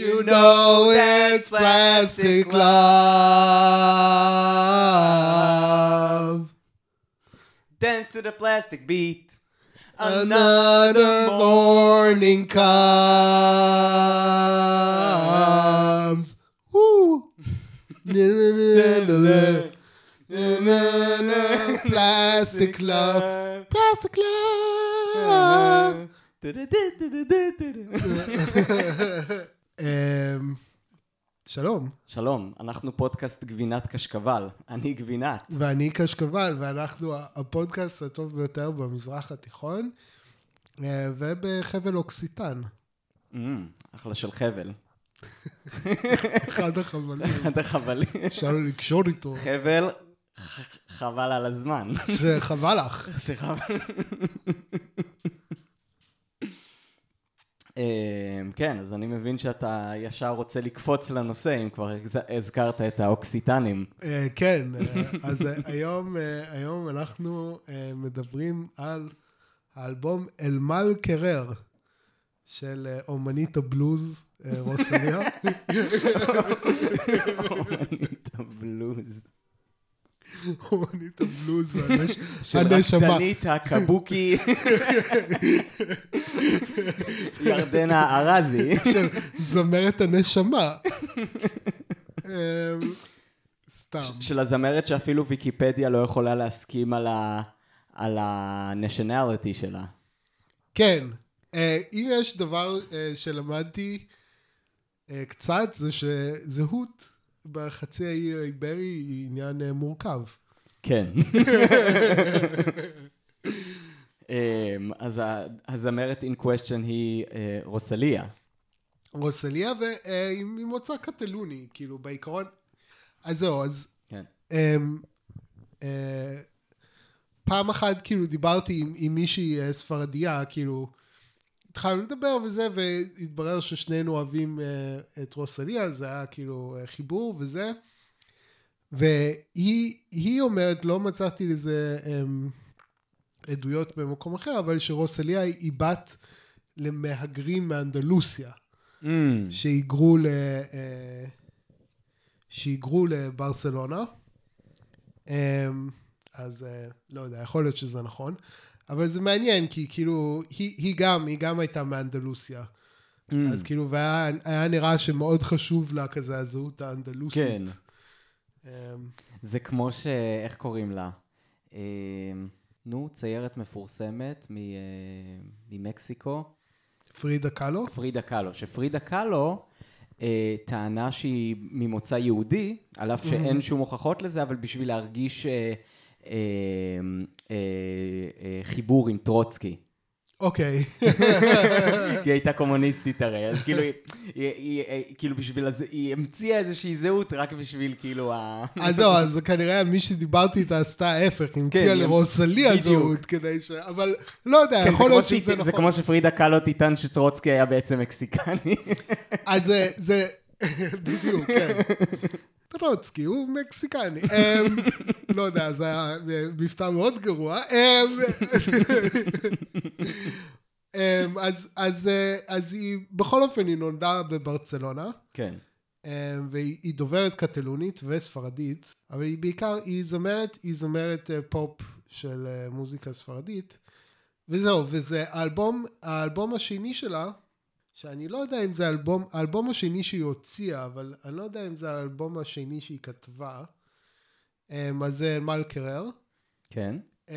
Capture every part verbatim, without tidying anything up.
You know it's plastic love. Dance to the plastic beat. Another morning comes. Woo! Plastic love. Plastic love. שלום. שלום, אנחנו פודקאסט גבינת קשקבל. אני גבינת. ואני קשקבל, ואנחנו הפודקאסט הטוב ביותר במזרח התיכון, ובחבל אוקסיטן. אחלה של חבל. אחד החבלים. אחד החבלים. אפשר לקשור איתו. חבל, חבל על הזמן. שחבל לך. שחבל. כן, אז אני מבין שאתה ישר רוצה לקפוץ לנושא, אם כבר הזכרת את האוקסיטנים. כן, אז היום, היום אנחנו מדברים על האלבום אלמל קרר של אומנית הבלוז רוסליה. אומנית הבלוז. אומנית הבלוז, של הנשמה. רקדנית הקבוקי. ירדנה ארזי. של זמרת הנשמה. סתם. של הזמרת שאפילו ויקיפדיה לא יכולה להסכים על ה-nationality שלה. כן. אם יש דבר שלמדתי קצת, זה שזהות בחצי האי האיברי היא עניין מורכב. כן. אז הזמרת in question היא רוסליה. רוסליה, והיא ממוצא קטלוני, כאילו בעיקרון. אז זהו, אז כן. פעם אחת כאילו דיברתי עם, עם מישהי ספרדיה, כאילו התחלנו לדבר וזה, והתברר ששנינו אוהבים את רוסליה, זה היה כאילו חיבור וזה, והיא היא אומרת, לא מצאתי לזה עדויות במקום אחר, אבל שרוסליה היא בת למהגרים מאנדלוסיה, mm. שהיגרו ל... שהיגרו לברסלונה, אז לא יודע, יכול להיות שזה נכון, אבל זה מעניין, כי כאילו, היא, היא גם, היא גם הייתה מאנדלוסיה, mm. אז כאילו, והיה היה נראה שמאוד חשוב לה כזה הזהות האנדלוסית. כן. זה כמו ש... איך קוראים לה? נו, ציירת מפורסמת ממקסיקו. פרידה קלו? פרידה קלו, שפרידה קלו טענה שהיא ממוצא יהודי, על אף שאין שום הוכחות לזה, אבל בשביל להרגיש חיבור עם טרוצקי. אוקיי. כי היא הייתה קומוניסטית הרי, אז כאילו, כאילו בשביל, היא המציאה איזושהי זהות רק בשביל כאילו ה... אז זהו, אז כנראה מי שדיברתי איתה עשתה ההפך, היא המציאה לרוסליה זהות, כדי ש... אבל לא יודע, יכול להיות שזה נכון. זה כמו שפרידה קלו תיתן שטרוצקי היה בעצם מקסיקני. אז זה, בדיוק, כן. טרוצקי, הוא מקסיקני. לא יודע, זה היה מבטא מאוד גרוע. אז היא, בכל אופן, היא נולדה בברצלונה. כן. והיא דוברת קטלונית וספרדית, אבל היא בעיקר, היא זמרת, היא זמרת פופ של מוזיקה ספרדית. וזהו, וזה האלבום, האלבום השני שלה, שאני לא יודע אם זה האלבום, האלבום השני שהיא הוציאה, אבל אני לא יודע אם זה האלבום השני שהיא כתבה. אז זה אלמל קרר. כן.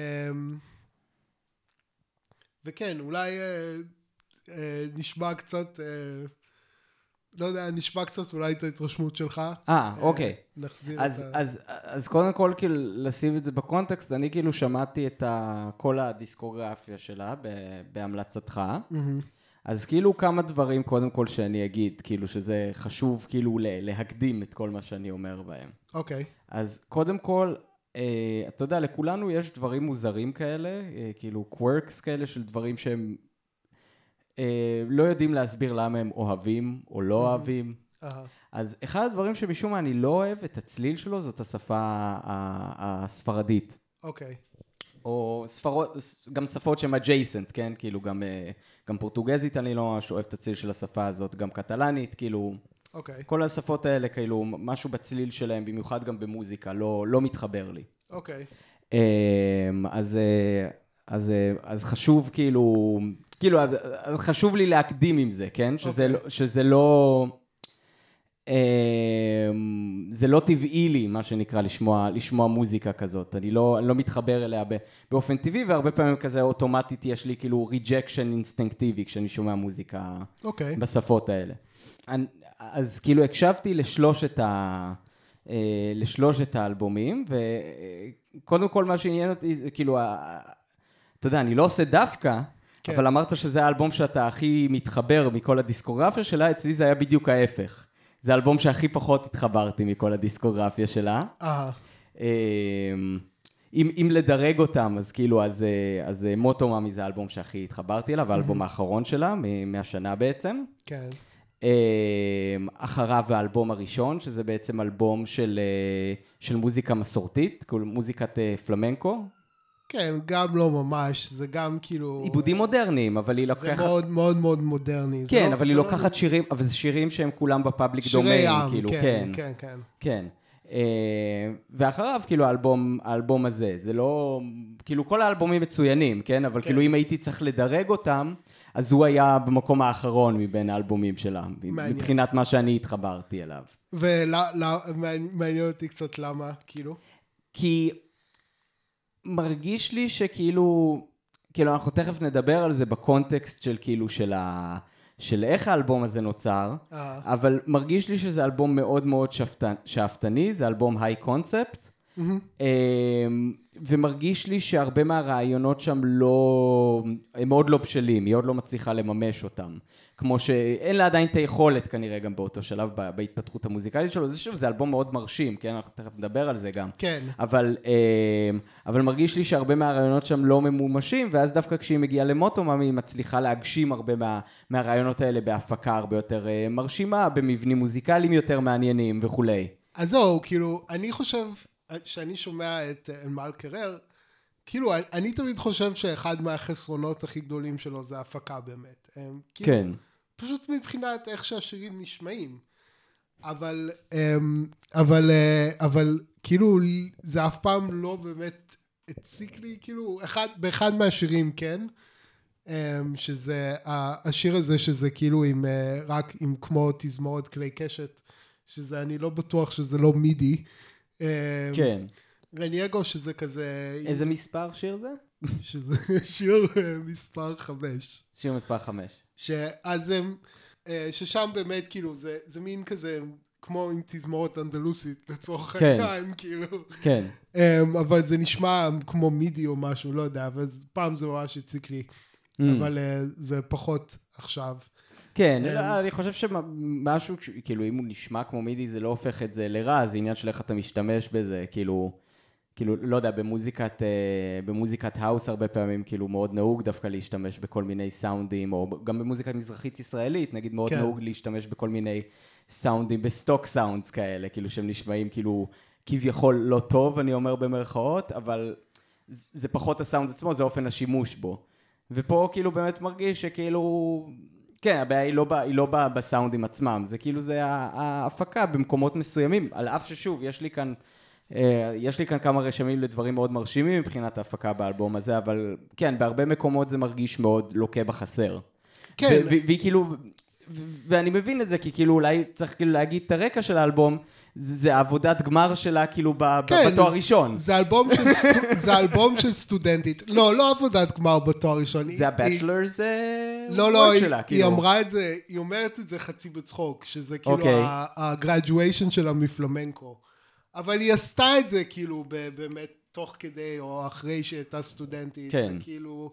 וכן, אולי נשמע קצת, לא יודע, נשמע קצת אולי את ההתרשמות שלך. אה, אוקיי. נחזיר אז, את ה... אז, אז קודם כל, כאילו, לשים את זה בקונטקסט, אני כאילו שמעתי את כל הדיסקוגרפיה שלה בהמלצתך. אז כאילו כמה דברים קודם כל שאני אגיד, כאילו שזה חשוב כאילו להקדים את כל מה שאני אומר בהם. אוקיי. אז קודם כל, אה, אתה יודע, לכולנו יש דברים מוזרים כאלה, אה, כאילו קוורקס כאלה של דברים שהם אה, לא יודעים להסביר למה הם אוהבים או לא אוהבים. אז אחד הדברים שמשום מה אני לא אוהב את הצליל שלו, זאת השפה הספרדית. אוקיי. או ספרות, גם שפות שהן adjacent, כן? כאילו גם, גם פורטוגזית, אני לא ממש אוהב את הצליל של השפה הזאת, גם קטלנית, כאילו... אוקיי. כל השפות האלה, כאילו, משהו בצליל שלהם, במיוחד גם במוזיקה, לא, לא מתחבר לי. אוקיי. אז, אז, אז חשוב, כאילו, כאילו, חשוב לי להקדים עם זה, כן? שזה, okay. שזה לא... זה לא טבעי לי, מה שנקרא, לשמוע, לשמוע מוזיקה כזאת. אני לא, אני לא מתחבר אליה באופן טבעי, והרבה פעמים כזה אוטומטית יש לי כאילו rejection אינסטינקטיבי כשאני שומע מוזיקה okay. בשפות האלה. אני, אז כאילו הקשבתי לשלושת ה... לשלושת האלבומים, וקודם כל מה שעניין אותי זה כאילו, אתה יודע, אני לא עושה דווקא, כן. אבל אמרת שזה האלבום שאתה הכי מתחבר מכל הדיסקוגרפיה שלה, אצלי זה היה בדיוק ההפך. זה האלבום שהכי פחות התחברתי מכל הדיסקוגרפיה שלה. אה. אם, אם לדרג אותם, אז כאילו, אז, אז מוטומאמי זה האלבום שהכי התחברתי אליו, האלבום האחרון שלה, מהשנה בעצם. כן. אחריו האלבום הראשון, שזה בעצם אלבום של, של מוזיקה מסורתית, מוזיקת פלמנקו. כן, גם לא ממש, זה גם כאילו... עיבודים מודרניים, אבל היא לוקחת... זה מאוד מאוד מאוד מודרני. כן, אבל היא לוקחת שירים, אבל זה שירים שהם כולם בפאבליק דומיין. שירי עם, כאילו, כן, כן, כן. כן. ואחריו, כאילו, האלבום, האלבום הזה, זה לא... כאילו, כל האלבומים מצוינים, כן? אבל כאילו, אם הייתי צריך לדרג אותם, אז הוא היה במקום האחרון מבין האלבומים שלה, מבחינת מה שאני התחברתי אליו. ומעניין אותי קצת למה, כאילו? כי מרגיש לי שכאילו, כאילו אנחנו תכף נדבר על זה בקונטקסט של כאילו של ה... של איך האלבום הזה נוצר, אבל מרגיש לי שזה אלבום מאוד מאוד שאפתני, זה אלבום היי קונספט, ומרגיש לי שהרבה מהרעיונות שם לא, הם מאוד לא בשלים, היא עוד לא מצליחה לממש אותם. כמו שאין לה עדיין את היכולת כנראה גם באותו שלב בהתפתחות המוזיקלית שלו. זה שוב, זה אלבום מאוד מרשים, כן? אנחנו תכף נדבר על זה גם. כן. אבל, אבל מרגיש לי שהרבה מהרעיונות שם לא ממומשים, ואז דווקא כשהיא מגיעה למוטומאמי, היא מצליחה להגשים הרבה מה, מהרעיונות האלה בהפקה הרבה יותר מרשימה, במבנים מוזיקליים יותר מעניינים וכולי. אז זהו, כאילו, אני חושב שאני שומע את אלמל קרר, כאילו, אני תמיד חושב שאחד מהחסרונות הכי גדולים שלו זה ההפקה באמת. כאילו, כן. פשוט מבחינת איך שהשירים נשמעים. אבל, אבל, אבל, כאילו, זה אף פעם לא באמת הציק לי, כאילו, אחד, באחד מהשירים, כן, שזה, השיר הזה שזה כאילו עם, רק עם כמו תזמורת כלי קשת, שזה, אני לא בטוח שזה לא מידי. כן. רנייגו שזה כזה... איזה מספר שיר זה? שזה שיר מספר חמש. שיר מספר חמש. שאז הם, ששם באמת כאילו זה, זה מין כזה כמו עם תזמורת אנדלוסית לצורך העניין, כאילו. כן. אבל זה נשמע כמו מידי או משהו, לא יודע, אז פעם זה ממש הציק לי, אבל זה פחות עכשיו. כן, אני חושב שמשהו, כאילו, אם הוא נשמע כמו מידי, זה לא הופך את זה לרע, זה עניין של איך אתה משתמש בזה, כאילו, כאילו, לא יודע, במוזיקת, במוזיקת האוס הרבה פעמים, כאילו, מאוד נהוג דווקא להשתמש בכל מיני סאונדים, או גם במוזיקת מזרחית ישראלית, נגיד, מאוד נהוג להשתמש בכל מיני סאונדים, בסטוק סאונדס כאלה, כאילו, שהם נשמעים, כאילו, כביכול לא טוב, אני אומר במרכאות, אבל זה פחות הסאונד עצמו, זה אופן השימוש בו. ופה, כאילו, באמת מרגיש שכאילו... כן, הבעיה היא לא, היא לא בסאונדים עצמם, זה כאילו זה ההפקה במקומות מסוימים, על אף ששוב, יש לי כאן, יש לי כאן כמה רשמים לדברים מאוד מרשימים מבחינת ההפקה באלבום הזה, אבל כן, בהרבה מקומות זה מרגיש מאוד לוקה בחסר. כן. והיא כאילו, ואני מבין את זה, כי כאילו אולי צריך כאילו להגיד את הרקע של האלבום, זה עבודת גמר שלה כאילו בתואר ראשון. זה אלבום של, זה אלבום של סטודנטית. לא, לא עבודת גמר בתואר ראשון. זה הבצ'לרס לא, לא, היא אמרה את זה, היא אומרת את זה חצי בצחוק, שזה כאילו הגרדואיישן שלה מפלמנקו. אבל היא עשתה את זה כאילו באמת תוך כדי או אחרי שהייתה סטודנטית. כן. כאילו,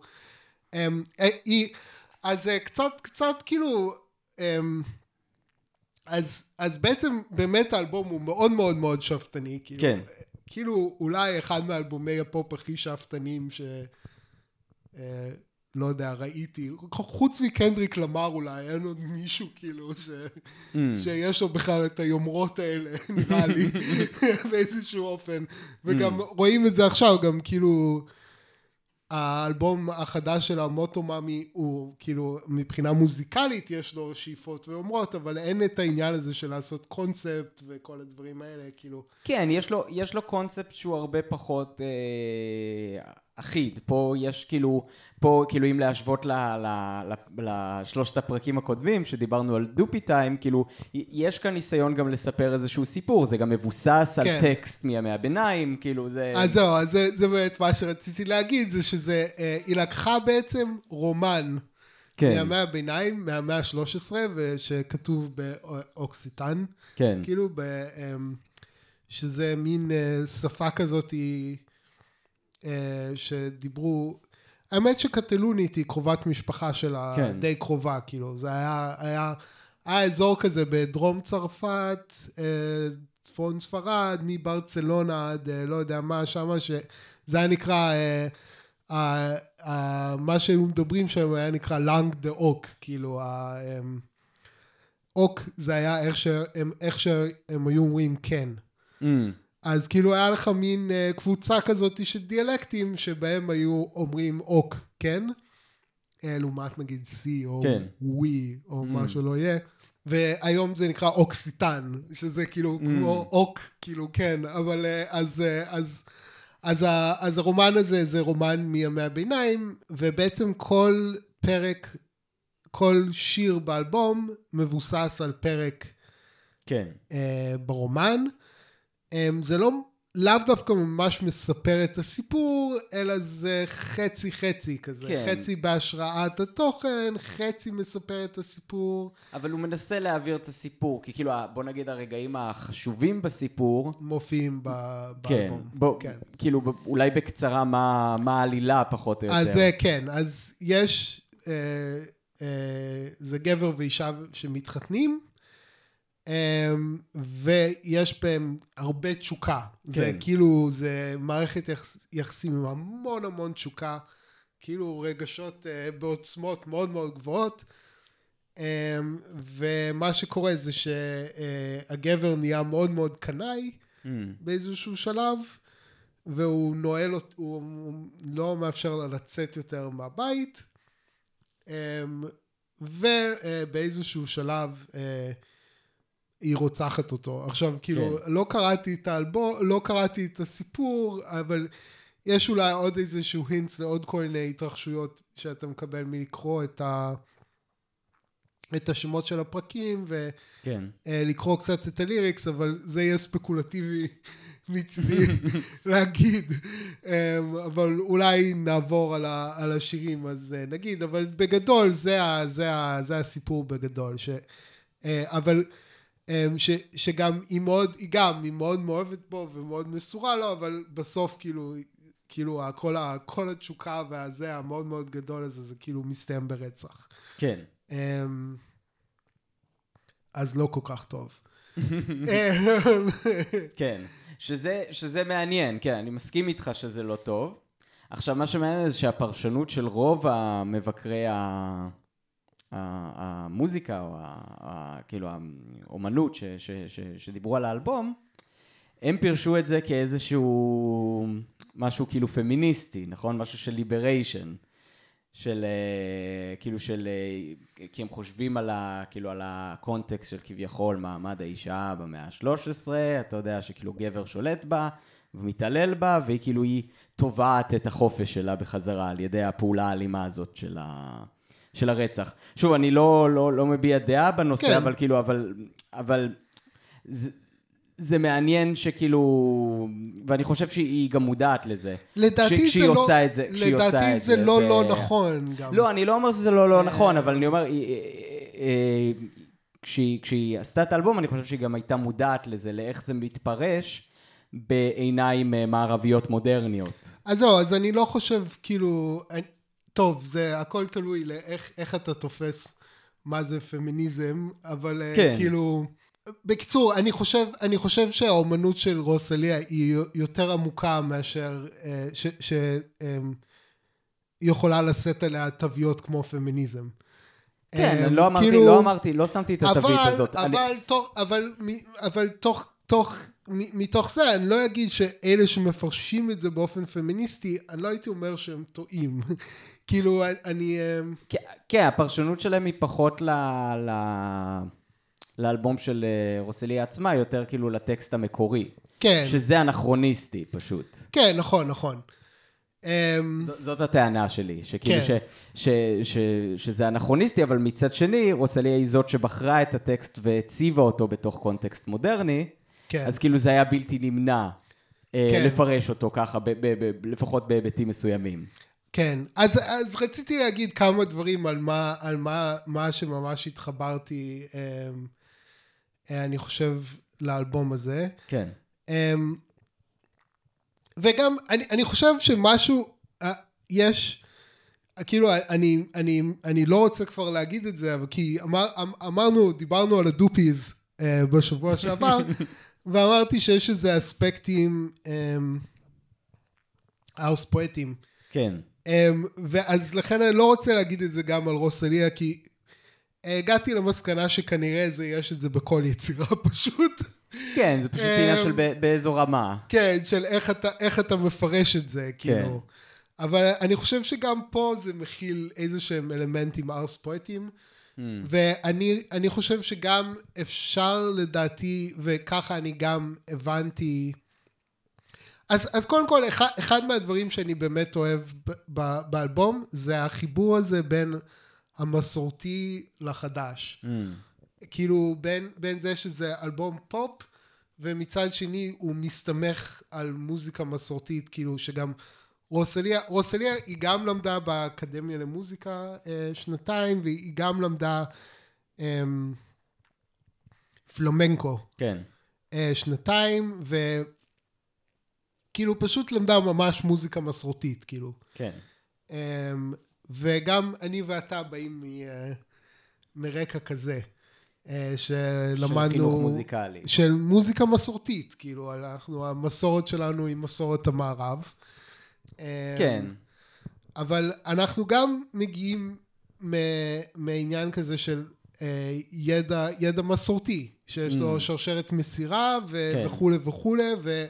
אז קצת, קצת כאילו... אז, אז בעצם באמת האלבום הוא מאוד מאוד מאוד שפטני, כאילו, כן. כאילו אולי אחד מהאלבומי הפופ הכי שפטניים ש... אה, לא יודע, ראיתי, חוץ מקנדריק למר אולי, אין עוד מישהו כאילו ש... mm. שיש לו בכלל את היומרות האלה, נראה לי, באיזשהו אופן, וגם mm. רואים את זה עכשיו, גם כאילו, האלבום החדש של המוטומאמי הוא כאילו מבחינה מוזיקלית יש לו שאיפות ואומרות, אבל אין את העניין הזה של לעשות קונספט וכל הדברים האלה, כאילו. כן, יש לו, יש לו קונספט שהוא הרבה פחות אה, אחיד. פה יש כאילו, פה כאילו אם להשוות ל, ל, ל, לשלושת הפרקים הקודמים שדיברנו על דופי טיים, כאילו יש כאן ניסיון גם לספר איזשהו סיפור, זה גם מבוסס כן. על טקסט מימי הביניים, כאילו זה... אז זהו, אז זה, זה באמת מה שרציתי להגיד, זה שזה, אה, היא לקחה בעצם רומן כן. מימי הביניים, מהמאה ה-שלוש עשרה, ושכתוב באוקסיטן, כן. כאילו ב... אה, שזה מין uh, שפה כזאת היא, uh, שדיברו, האמת שקטלונית היא קרובת משפחה שלה, כן. די קרובה, כאילו, זה היה, היה, היה אזור כזה בדרום צרפת, uh, צפון ספרד, מברצלונה עד, uh, לא יודע מה, שמה, שזה היה נקרא, uh, uh, uh, מה שהם מדברים שם היה נקרא לנג דה אוק, כאילו, ה... Um, אוק זה היה איך שהם, איך שהם היו אומרים כן. Mm. אז כאילו היה לך מין uh, קבוצה כזאת של דיאלקטים שבהם היו אומרים אוק, כן? לעומת נגיד סי או כן. ווי או mm. מה שלא יהיה. והיום זה נקרא אוקסיטן, שזה כאילו mm. כמו אוק, כאילו כן. אבל uh, אז, uh, אז, אז, אז, אז הרומן הזה זה רומן מימי הביניים, ובעצם כל פרק, כל שיר באלבום מבוסס על פרק כן. uh, ברומן. זה לא, לאו דווקא ממש מספר את הסיפור, אלא זה חצי חצי כזה, כן. חצי בהשראת התוכן, חצי מספר את הסיפור. אבל הוא מנסה להעביר את הסיפור, כי כאילו, בוא נגיד הרגעים החשובים בסיפור, מופיעים באלבום. כן, בוא, כן. כאילו אולי בקצרה מה, מה העלילה פחות או יותר. אז כן, אז יש, אה, אה, זה גבר ואישה שמתחתנים, Um, ויש בהם הרבה תשוקה, כן. זה כאילו, זה מערכת יחס, יחסים עם המון המון תשוקה, כאילו רגשות uh, בעוצמות מאוד מאוד גבוהות, um, ומה שקורה זה שהגבר uh, נהיה מאוד מאוד קנאי, mm. באיזשהו שלב, והוא נועל, הוא, הוא לא מאפשר לה לצאת יותר מהבית, um, ובאיזשהו שלב, uh, היא רוצחת אותו. עכשיו, כאילו, כן. לא קראתי את האלבום, לא קראתי את הסיפור, אבל יש אולי עוד איזשהו הינץ לעוד כל מיני התרחשויות שאתה מקבל מלקרוא את ה... את השמות של הפרקים, ולקרוא כן. קצת את הליריקס, אבל זה יהיה ספקולטיבי מצדי להגיד. אבל אולי נעבור על, ה... על השירים, אז נגיד, אבל בגדול, זה, ה... זה, ה... זה הסיפור בגדול. ש... אבל... ש, שגם היא מאוד, היא גם, היא מאוד מאוהבת בו ומאוד מסורה לו, אבל בסוף כאילו, כאילו כל, ה, כל התשוקה והזה המאוד מאוד גדול הזה, זה כאילו מסתיים ברצח. כן. אז לא כל כך טוב. כן, שזה, שזה מעניין, כן, אני מסכים איתך שזה לא טוב. עכשיו, מה שמעניין זה שהפרשנות של רוב המבקרי ה... המוזיקה או כאילו האומנות ש, ש, ש, שדיברו על האלבום, הם פירשו את זה כאיזשהו משהו כאילו פמיניסטי, נכון? משהו של ליבריישן, של כאילו של, כי הם חושבים על ה, כאילו על הקונטקסט של כביכול מעמד האישה במאה ה-שלוש עשרה, אתה יודע שכאילו גבר שולט בה ומתעלל בה, והיא כאילו היא תובעת את החופש שלה בחזרה על ידי הפעולה האלימה הזאת של ה... של הרצח. שוב, אני לא, לא, לא מביע דעה בנושא, כן. אבל כאילו, אבל, אבל זה, זה מעניין שכאילו, ואני חושב שהיא גם מודעת לזה. לדעתי כשהיא זה עושה לא, את זה, כשהיא עושה לדעתי את זה זה. לא ו... לא נכון גם. לא, אני לא אומר שזה לא לא נכון, אבל אני אומר, כשהיא, כשהיא עשתה את האלבום, אני חושב שהיא גם הייתה מודעת לזה, לאיך זה מתפרש בעיניים מערביות מודרניות. אז זהו, אז אני לא חושב, כאילו... טוב, זה הכל תלוי לאיך איך אתה תופס מה זה פמיניזם, אבל כן. כאילו, בקיצור, אני חושב, אני חושב שהאומנות של רוסליה היא יותר עמוקה מאשר, ש, ש, יכולה לשאת עליה תוויות כמו פמיניזם. כן, לא אמרתי, כאילו, לא אמרתי, לא שמתי את התווית אבל, הזאת. אבל, אני... תוך, אבל, אבל תוך, תוך מתוך זה, אני לא אגיד שאלה שמפרשים את זה באופן פמיניסטי, אני לא הייתי אומר שהם טועים. כאילו, אני... כן, הפרשנות שלהם היא פחות ל... ל... לאלבום של רוסליה עצמה, יותר כאילו לטקסט המקורי. כן. שזה אנכרוניסטי, פשוט. כן, נכון, נכון. זאת הטענה שלי, שכאילו שזה אנכרוניסטי, אבל מצד שני, רוסליה היא זאת שבחרה את הטקסט והציבה אותו בתוך קונטקסט מודרני, אז כאילו זה היה בלתי נמנע לפרש אותו ככה, לפחות בהיבטים מסוימים. כן, אז, אז רציתי להגיד כמה דברים על מה, על מה, מה שממש התחברתי, אני חושב, לאלבום הזה. כן. וגם, אני, אני חושב שמשהו, יש, כאילו, אני, אני, אני לא רוצה כבר להגיד את זה, אבל כי אמר, אמרנו, דיברנו על הדופיז בשבוע שעבר, ואמרתי שיש איזה אספקטים האוס פואטים. כן. ואז לכן אני לא רוצה להגיד את זה גם על רוסליה, כי הגעתי למסקנה שכנראה זה, יש את זה בכל יצירה פשוט. כן, זה פשוט עניין של באיזו רמה. כן, של איך אתה, איך אתה מפרש את זה, כאילו. אבל אני חושב שגם פה זה מכיל איזה שהם אלמנטים ארס פואטיים, ואני אני חושב שגם אפשר לדעתי, וככה אני גם הבנתי, אז, אז קודם כל, אחד, אחד מהדברים שאני באמת אוהב ב, ב, באלבום, זה החיבור הזה בין המסורתי לחדש. Mm. כאילו, בין, בין זה שזה אלבום פופ, ומצד שני הוא מסתמך על מוזיקה מסורתית, כאילו שגם רוסליה, רוסליה היא גם למדה באקדמיה למוזיקה אה, שנתיים, והיא גם למדה אה, פלומנקו. כן. אה, שנתיים, ו... כאילו פשוט למדה ממש מוזיקה מסורתית, כאילו. כן. וגם אני ואתה באים מרקע כזה, שלמדנו... של חינוך מוזיקלי. של מוזיקה מסורתית, כאילו, אנחנו, המסורת שלנו היא מסורת המערב. כן. אבל אנחנו גם מגיעים מעניין כזה של ידע, ידע מסורתי, שיש לו שרשרת מסירה וכו' וכו' ו...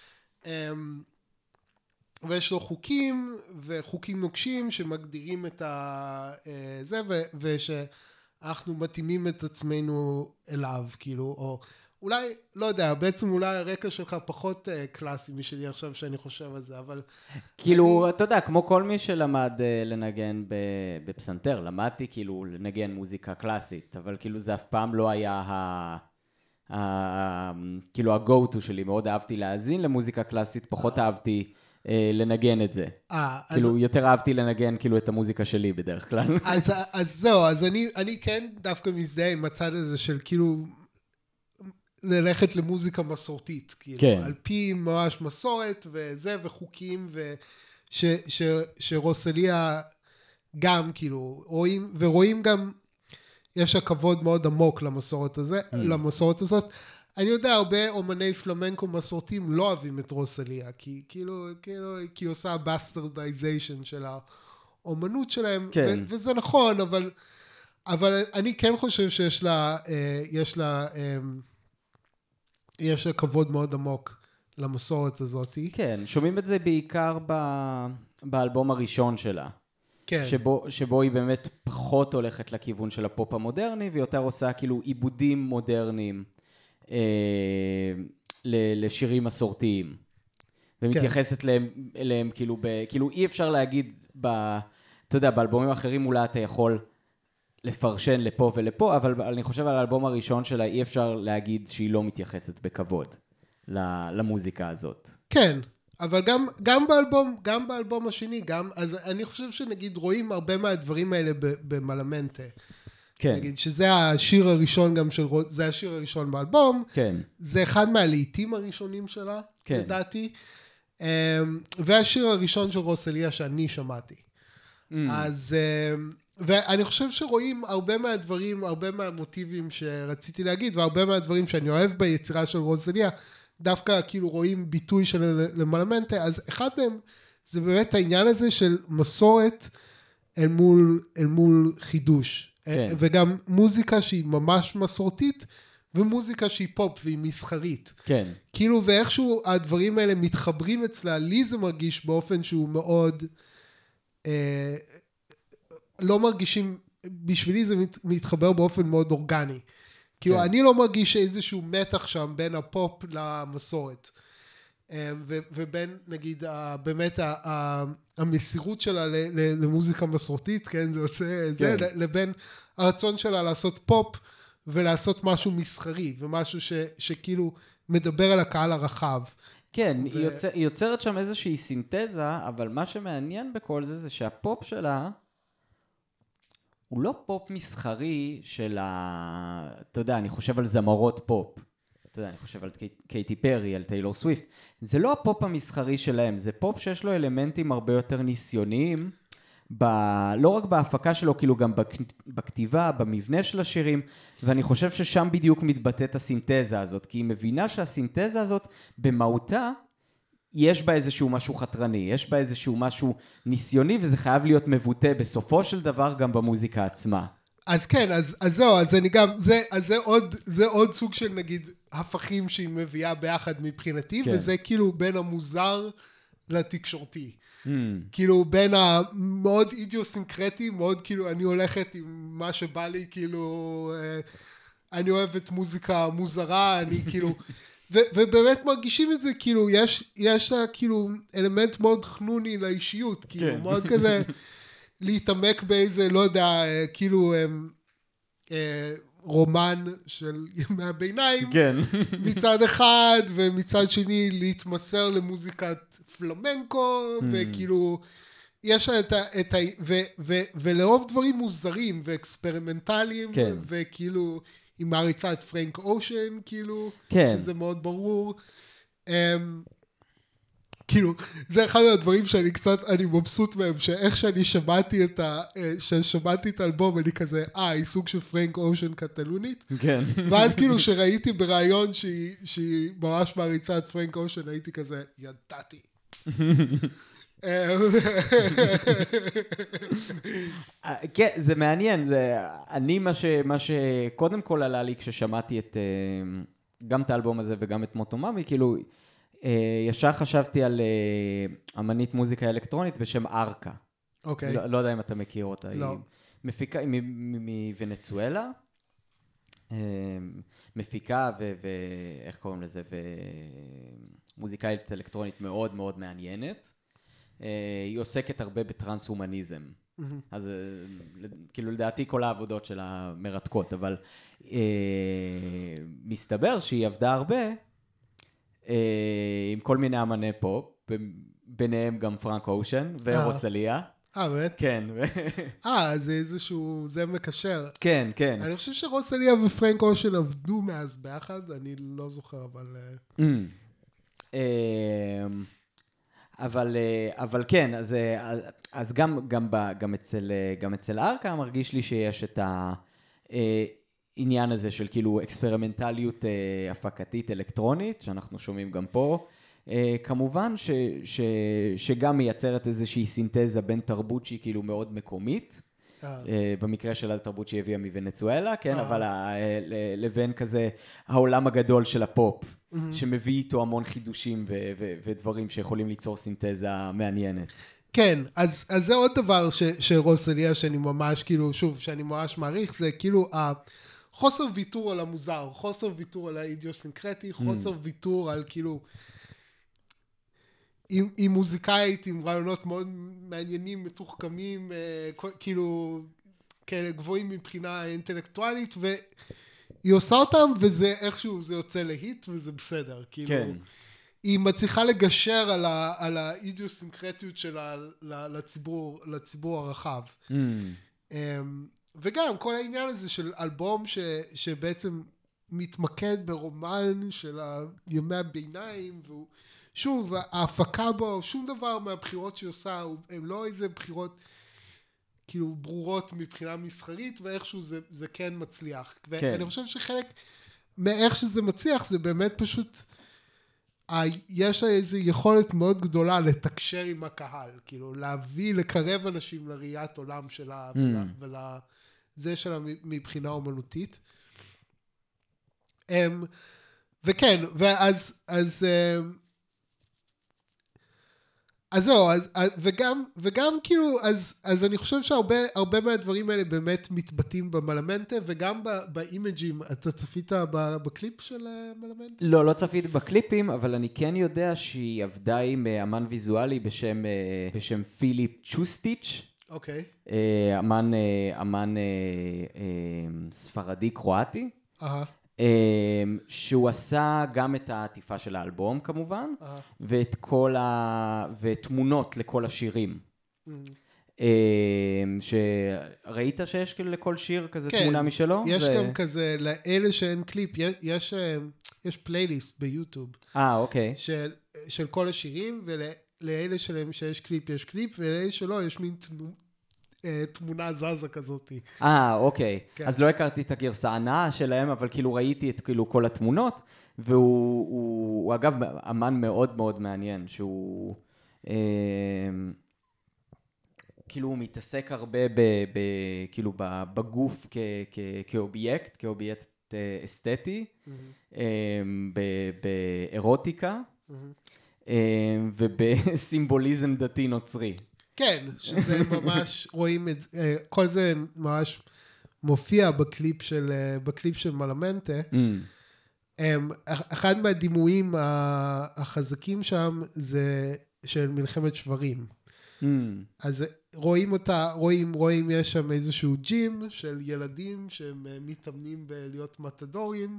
ויש לו חוקים וחוקים נוקשים שמגדירים את זה, ושאנחנו מתאימים את עצמנו אליו, כאילו, או אולי, לא יודע, בעצם אולי הרקע שלך פחות קלאסי משלי עכשיו שאני חושב על זה, אבל... כאילו, אתה יודע, כמו כל מי שלמד לנגן בפסנתר, למדתי כאילו לנגן מוזיקה קלאסית, אבל כאילו זה אף פעם לא היה ה... Uh, כאילו ה-go-to שלי, מאוד אהבתי להאזין למוזיקה קלאסית, פחות אהבתי uh, לנגן את זה. Uh, כאילו אז... יותר אהבתי לנגן כאילו את המוזיקה שלי בדרך כלל. אז, אז זהו, אז אני, אני כן דווקא מזדהה עם הצד הזה של כאילו ללכת למוזיקה מסורתית, כאילו, כן. על פי ממש מסורת וזה וחוקים, וש, ש, שרוסליה גם כאילו רואים, ורואים גם יש הכבוד מאוד עמוק למסורת הזה, mm. למסורת הזאת. אני יודע, הרבה אומני פלמנקו מסורתיים לא אוהבים את רוסליה, כי כאילו, כאילו, כי היא עושה בסטרדייזיישן של האומנות שלהם, כן. ו- וזה נכון, אבל, אבל אני כן חושב שיש לה, יש לה, יש לה כבוד מאוד עמוק למסורת הזאת. כן, שומעים את זה בעיקר ב- באלבום הראשון שלה. כן. שבו, שבו היא באמת פחות הולכת לכיוון של הפופ המודרני, ויותר עושה כאילו עיבודים מודרניים אה, לשירים מסורתיים. ומתייחסת כן. אליהם, אליהם כאילו, ב, כאילו אי אפשר להגיד, ב, אתה יודע, באלבומים אחרים אולי אתה יכול לפרשן לפה ולפה, אבל אני חושב על האלבום הראשון שלה, אי אפשר להגיד שהיא לא מתייחסת בכבוד למוזיקה הזאת. כן. אבל גם, גם באלבום, גם באלבום השני, גם, אז אני חושב שנגיד רואים הרבה מהדברים האלה במלמנטה. כן. נגיד שזה השיר הראשון גם של, זה השיר הראשון באלבום. כן. זה אחד מהלעיתים הראשונים שלה, כן. לדעתי. והשיר הראשון של רוסליה שאני שמעתי. Mm. אז, ואני חושב שרואים הרבה מהדברים, הרבה מהמוטיבים שרציתי להגיד, והרבה מהדברים שאני אוהב ביצירה של רוסליה, דווקא כאילו רואים ביטוי של למלמנטה, אז אחד מהם זה באמת העניין הזה של מסורת אל מול, אל מול חידוש. כן. וגם מוזיקה שהיא ממש מסורתית, ומוזיקה שהיא פופ והיא מסחרית. כן. כאילו, ואיכשהו הדברים האלה מתחברים אצלה, לי זה מרגיש באופן שהוא מאוד, אה, לא מרגישים, בשבילי זה מת, מתחבר באופן מאוד אורגני. כאילו, כן. אני לא מרגיש איזשהו מתח שם בין הפופ למסורת. ו- ובין, נגיד, באמת המסירות שלה למוזיקה מסורתית, כן, זה יוצא, זה, לבין הרצון שלה לעשות פופ ולעשות משהו מסחרי, ומשהו ש- שכאילו מדבר על הקהל הרחב. כן, ו- היא, יוצר, היא יוצרת שם איזושהי סינתזה, אבל מה שמעניין בכל זה, זה שהפופ שלה, הוא לא פופ מסחרי של ה... אתה יודע, אני חושב על זמרות פופ. אתה יודע, אני חושב על קייטי פרי, על טיילור סוויפט. זה לא הפופ המסחרי שלהם, זה פופ שיש לו אלמנטים הרבה יותר ניסיוניים, ב... לא רק בהפקה שלו, כאילו גם בכתיבה, במבנה של השירים, ואני חושב ששם בדיוק מתבטאת הסינתזה הזאת, כי היא מבינה שהסינתזה הזאת, במהותה, יש בה איזשהו משהו חתרני, יש בה איזשהו משהו ניסיוני, וזה חייב להיות מבוטא בסופו של דבר גם במוזיקה עצמה. אז כן, אז, אז זהו, אז אני גם, זה, אז זה עוד, זה עוד סוג של נגיד הפכים שהיא מביאה ביחד מבחינתי, כן. וזה כאילו בין המוזר לתקשורתי. Mm. כאילו בין המאוד אידיוסינקרטי, מאוד כאילו אני הולכת עם מה שבא לי, כאילו, אני אוהבת מוזיקה מוזרה, אני כאילו, ו, ובאמת מרגישים את זה, כאילו, יש, יש לה כאילו אלמנט מאוד חנוני לאישיות, כאילו, כן. מאוד כזה, להתעמק באיזה, לא יודע, כאילו, רומן של ימי הביניים, כן. מצד אחד, ומצד שני להתמסר למוזיקת פלמנקו, וכאילו, יש את ה... את ה ו, ו, ולאהוב דברים מוזרים ואקספרימנטליים, וכאילו, היא מעריצה את פרנק אושן, כאילו, שזה מאוד ברור. כאילו, זה אחד מהדברים שאני קצת, אני מבסוט מהם, שאיך שאני שמעתי את ה... ששמעתי את האלבום, אני כזה, אה, היא סוג של פרנק אושן קטלונית. כן. ואז כאילו שראיתי ברעיון שהיא, שהיא ממש מעריצה את פרנק אושן, הייתי כזה, ידעתי. כן, זה מעניין, זה... אני מה ש... מה שקודם כל עלה לי כששמעתי את... גם את האלבום הזה וגם את מוטומאמי, כאילו... ישר חשבתי על אמנית מוזיקה אלקטרונית בשם ארקה. אוקיי. לא, לא יודע אם אתה מכיר אותה. לא. היא מפיקה, מוונצואלה. מפיקה ואיך קוראים לזה? ומוזיקאית אלקטרונית מאוד מאוד מעניינת. היא עוסקת הרבה בטרנס-הומניזם. אז כאילו לדעתי כל העבודות שלה מרתקות, אבל מסתבר שהיא עבדה הרבה עם כל מיני אמני פופ, ביניהם גם פרנק אושן ורוסליה. אה, באמת? כן. אה, זה איזשהו, זה מקשר. כן, כן. אני חושב שרוסליה ופרנק אושן עבדו מאז ביחד, אני לא זוכר, אבל... אבל, אבל כן, אז, אז גם, גם, גם אצל, גם אצל ארקה מרגיש לי שיש את ה... עניין הזה של כאילו אקספרימנטליות אה, הפקתית אלקטרונית, שאנחנו שומעים גם פה. אה, כמובן ש, ש, שגם מייצרת איזושהי סינתזה בין תרבות שהיא כאילו מאוד מקומית, אה. אה, במקרה של התרבות שהיא הביאה מוונצואלה, כן, אה. אבל ה, ל, לבין כזה העולם הגדול של הפופ, mm-hmm. שמביא איתו המון חידושים ו, ו, ודברים שיכולים ליצור סינתזה מעניינת. כן, אז, אז זה עוד דבר ש, של רוסליה שאני ממש כאילו, שוב, שאני ממש מעריך, זה כאילו ה... חוסר ויתור על המוזר, חוסר ויתור על האידיוסינקרטי, חוסר mm. ויתור על כאילו, היא, היא מוזיקאית עם רעיונות מאוד מעניינים, מתוחכמים, אה, כאילו, כאלה גבוהים מבחינה אינטלקטואלית, והיא עושה אותם, וזה איכשהו, זה יוצא להיט, וזה בסדר, כאילו, כן. היא מצליחה לגשר על, ה, על האידיוסינקרטיות שלה לציבור, לציבור הרחב. Mm. Um, וגם כל העניין הזה של אלבום ש, שבעצם מתמקד ברומן של ימי הביניים, והוא, שוב, ההפקה בו, שום דבר מהבחירות שהיא עושה, הם לא איזה בחירות כאילו ברורות מבחינה מסחרית, ואיכשהו זה, זה כן מצליח. כן. ואני חושב שחלק מאיך שזה מצליח, זה באמת פשוט, יש איזו יכולת מאוד גדולה לתקשר עם הקהל, כאילו להביא, לקרב אנשים לראיית עולם שלה, mm. ולה, ולה, זה שלה מבחינה אומנותית. אמ, וכן, ואז, אז, אמ, אז זהו, אז, אז, וגם, וגם כאילו, אז, אז אני חושב שהרבה, הרבה מהדברים האלה באמת מתבטאים במלמנטה, וגם ב, באימג'ים, אתה צפית ב, בקליפ של מלמנטה? לא, לא צפיתי בקליפים, אבל אני כן יודע שהיא עבדה עם אמן ויזואלי בשם, בשם פיליפ צ'וסטיץ'. אוקיי. אמן, אמן ספרדי קרואטי. אהה. שהוא עשה גם את העטיפה של האלבום כמובן, אהה. ואת כל ה... ותמונות לכל השירים. שראית שיש לכל שיר כזה תמונה משלו? יש גם כזה, לאלה שאין קליפ, יש, יש פלייליסט ביוטיוב. אה, אוקיי. של, של כל השירים, ולאלה שלהם שיש קליפ יש קליפ, ולאלה שלא יש מין תמונה זזה כזאת. אה, אוקיי. כן. אז לא הכרתי את הגרסה הנאה שלהם, אבל כאילו ראיתי את כאילו כל התמונות, והוא, הוא, הוא אגב אמן מאוד מאוד מעניין, שהוא אה, כאילו הוא מתעסק הרבה ב, ב, כאילו בגוף כ, כ, כאובייקט, כאובייקט אסתטי, mm-hmm. אה, ב, באירוטיקה, mm-hmm. אה, ובסימבוליזם דתי נוצרי. כן, שזה ממש, רואים את, כל זה ממש מופיע בקליפ של, בקליפ של מלמנטה. Mm. אחד מהדימויים החזקים שם זה של מלחמת שברים. Mm. אז רואים אותה, רואים, רואים, יש שם איזשהו ג'ים של ילדים שהם מתאמנים בלהיות מתדורים.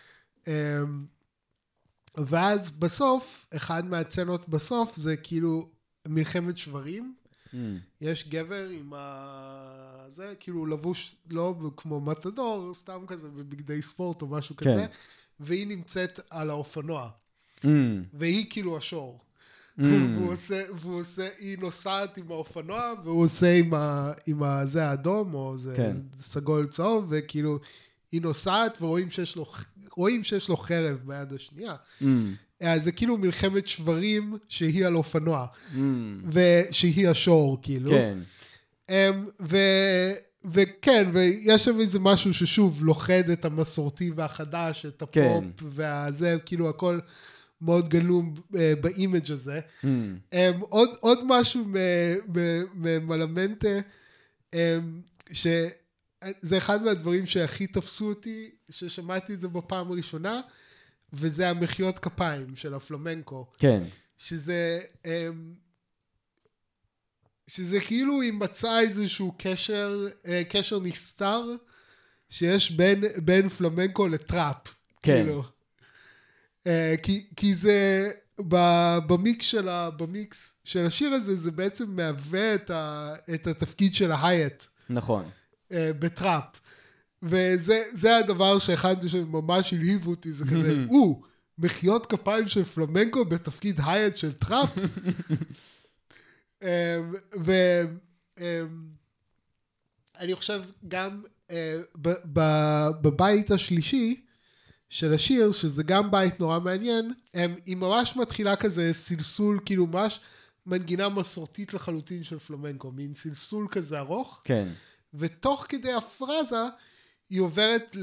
ואז בסוף, אחד מהצנות בסוף זה כאילו מלחמת שברים. Mm. יש גבר עם ה... זה כאילו לבוש לא כמו מתדור, סתם כזה בבגדי ספורט או משהו כן. כזה, והיא נמצאת על האופנוע. Mm. והיא כאילו השור. Mm. והוא עושה, והוא עושה, היא נוסעת עם האופנוע, והוא עושה עם, ה, עם ה, זה האדום, או זה כן. סגול צהוב, וכאילו היא נוסעת, ורואים שיש לו, רואים שיש לו חרב ביד השנייה. Mm. אז זה כאילו מלחמת שברים שהיא על אופנוע, mm. ושהיא השור, כאילו. כן. ו, וכן, ויש שם איזה משהו ששוב לוכד את המסורתי והחדש, את הפופ, כן. והזה, כאילו הכל מאוד גלום באימג' הזה. Mm. עוד, עוד משהו ממלמנטה, שזה אחד מהדברים שהכי תפסו אותי, ששמעתי את זה בפעם הראשונה, וזה המחיות כפיים של הפלמנקו. כן. שזה, שזה כאילו היא מצאה איזשהו קשר, קשר נסתר, שיש בין, בין פלמנקו לטראפ. כן. כאילו. כי, כי זה, במיקס של, במיקס של השיר הזה, זה בעצם מהווה את, ה, את התפקיד של ההייט. נכון. בטראפ. וזה זה הדבר שאחד שממש הלהיב אותי, זה כזה, או, מחיות כפיים של פלמנקו בתפקיד הייט של טראפ. ואני חושב גם בבית השלישי של השיר, שזה גם בית נורא מעניין, היא ממש מתחילה כזה סלסול, כאילו ממש מנגינה מסורתית לחלוטין של פלמנקו, מין סלסול כזה ארוך. כן. ותוך כדי הפרזה, היא עוברת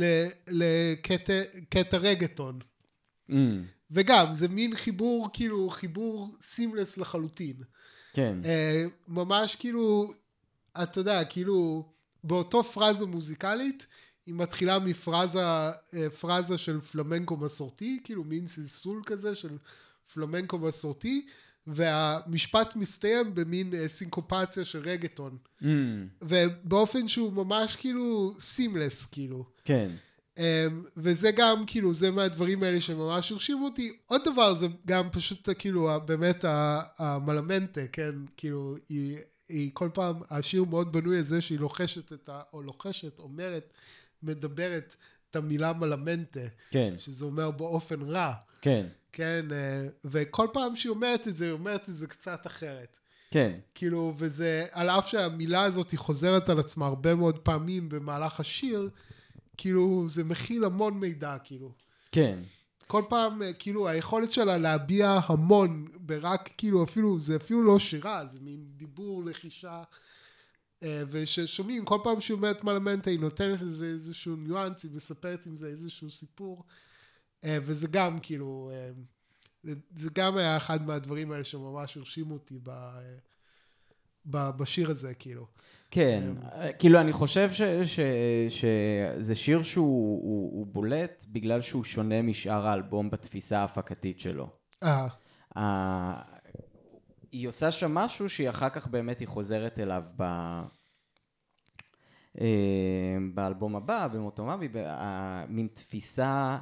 לקטע רגטון. Mm. וגם, זה מין חיבור, כאילו, חיבור סימלס לחלוטין. כן. Uh, ממש כאילו, אתה יודע, כאילו, באותו פרזה מוזיקלית, היא מתחילה מפרזה, פרזה של פלמנקו מסורתי, כאילו מין סלסול כזה של פלמנקו מסורתי, והמשפט מסתיים במין סינקופציה של רגטון. Mm. ובאופן שהוא ממש כאילו סימלס, כאילו. כן. Um, וזה גם, כאילו, זה מהדברים האלה שממש הרשימו אותי. עוד דבר, זה גם פשוט, כאילו, באמת המלמנטה, כן? כאילו, היא, היא כל פעם, השיר מאוד בנוי לזה שהיא לוחשת את ה... או לוחשת, אומרת, מדברת את המילה מלמנטה. כן. שזה אומר באופן רע. כן. כן, וכל פעם שהיא אומרת את זה, היא אומרת את זה קצת אחרת. כן. כאילו, וזה, על אף שהמילה הזאת היא חוזרת על עצמה הרבה מאוד פעמים במהלך השיר, כאילו, זה מכיל המון מידע, כאילו. כן. כל פעם, כאילו, היכולת שלה להביע המון, ברק, כאילו, אפילו, זה אפילו לא שירה, זה מין דיבור, לחישה, וששומעים, כל פעם שהיא אומרת מלמנטה, היא נותנת לזה איזשהו ניואנס, היא מספרת עם זה איזשהו סיפור, וזה גם כאילו, זה גם היה אחד מהדברים האלה שממש הרשימו אותי בשיר הזה, כאילו. כן, כאילו אני חושב שזה שיר שהוא בולט, בגלל שהוא שונה משאר האלבום בתפיסה ההפקתית שלו. אה. היא עושה שם משהו שהיא אחר כך באמת היא חוזרת אליו ב... באלבום הבא, במוטומבי, מין תפיסה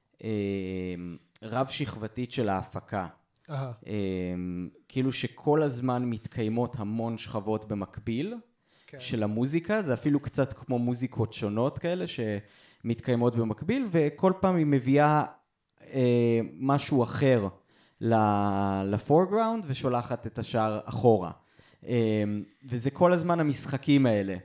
רב שכבתית של ההפקה. כאילו שכל הזמן מתקיימות המון שכבות במקביל של המוזיקה, זה אפילו קצת כמו מוזיקות שונות כאלה שמתקיימות במקביל, וכל פעם היא מביאה משהו אחר לפורגראונד ושולחת את השאר אחורה. וזה כל הזמן המשחקים האלה.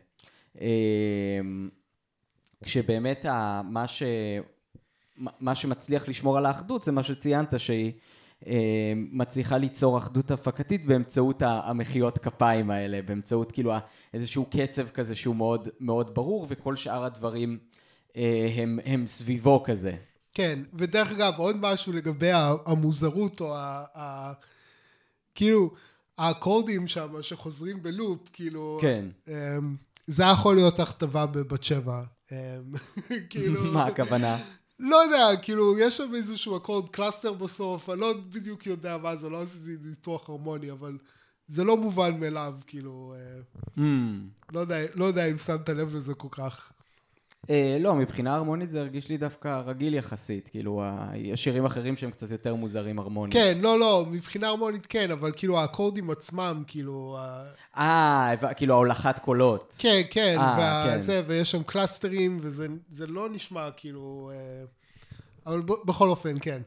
כשבאמת מה ש... מה שמצליח לשמור על האחדות זה מה שציינת, שהיא מצליחה ליצור אחדות הפקתית באמצעות המחיות כפיים האלה, באמצעות כאילו איזשהו קצב כזה שהוא מאוד, מאוד ברור, וכל שאר הדברים הם, הם סביבו כזה. כן, ודרך אגב, עוד משהו לגבי המוזרות, או ה, ה, כאילו, האקורדים שם שחוזרים בלופ, כאילו, כן. זה יכול להיות הכתבה בבת שבע. כאילו, מה הכוונה? לא יודע, כאילו, יש שם איזשהו אקורד קלאסטר בסוף, אני לא בדיוק יודע מה זה, לא עשיתי ניתוח הרמוני, אבל זה לא מובן מאליו, כאילו, mm. לא יודע, לא יודע אם שמת לב לזה כל כך. לא, מבחינה הרמונית זה הרגיש לי דווקא רגיל יחסית, כאילו, יש שירים אחרים שהם קצת יותר מוזרים הרמונית. כן, לא, לא, מבחינה הרמונית כן, אבל כאילו האקורדים עצמם, כאילו... אה, כאילו ההולכת קולות. כן, כן, וזה, ויש שם קלאסטרים, וזה לא נשמע כאילו... אבל בכל אופן, כן.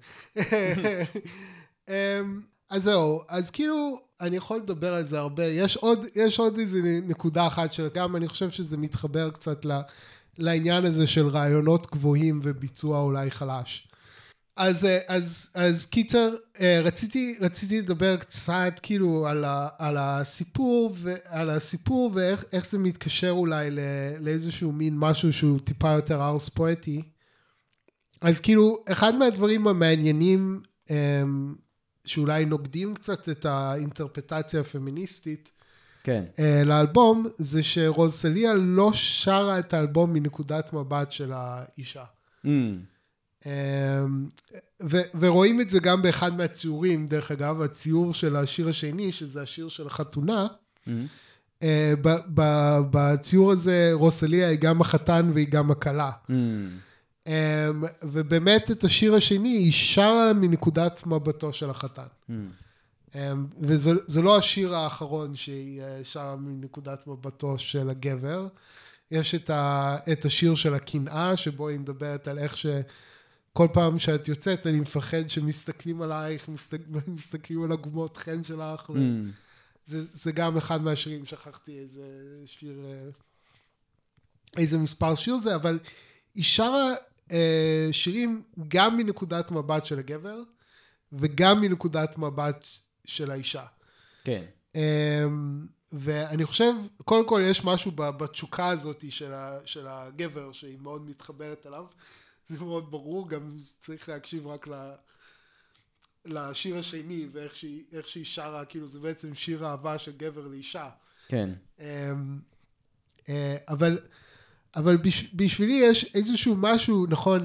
אז זהו, אז כאילו, אני יכול לדבר על זה הרבה, יש עוד, יש עוד איזו נקודה אחת, שגם אני חושב שזה מתחבר קצת ל... לעניין הזה של רעיונות גבוהים וביצוע אולי חלש. אז, אז, אז קיצר, רציתי, רציתי לדבר קצת כאילו על, ה, על הסיפור, ועל הסיפור ואיך, איך זה מתקשר אולי לא, לאיזשהו מין משהו שהוא טיפה יותר ארס פואטי. אז כאילו, אחד מהדברים המעניינים, שאולי נוגדים קצת את האינטרפטציה הפמיניסטית, כן. Uh, לאלבום, זה שרוזליה לא שרה את האלבום מנקודת מבט של האישה. Mm. Um, ו- ורואים את זה גם באחד מהציורים, דרך אגב, הציור של השיר השני, שזה השיר של החתונה, mm. uh, ב- ב- בציור הזה רוזליה היא גם החתן והיא גם הכלה. Mm. Um, ובאמת את השיר השני היא שרה מנקודת מבטו של החתן. Mm. וזה לא השיר האחרון שהיא שרה מנקודת מבטו של הגבר. יש את, ה, את השיר של הקנאה, שבו היא מדברת על איך שכל פעם שאת יוצאת, אני מפחד שמסתכלים עלייך, מסתק, מסתכלים על הגומות חן שלך. Mm. זה, זה גם אחד מהשירים, שכחתי איזה שיר, איזה מספר שיר זה, אבל היא שרה שירים גם מנקודת מבט של הגבר, וגם מנקודת מבט של האישה. כן. ואני חושב, קודם כל יש משהו בתשוקה הזאת של, של הגבר, שהיא מאוד מתחברת אליו. זה מאוד ברור, גם צריך להקשיב רק לשיר השני, ואיך שהיא, איך שהיא שרה, כאילו זה בעצם שיר אהבה של גבר לאישה. כן. אבל, אבל בשבילי יש איזשהו משהו, נכון,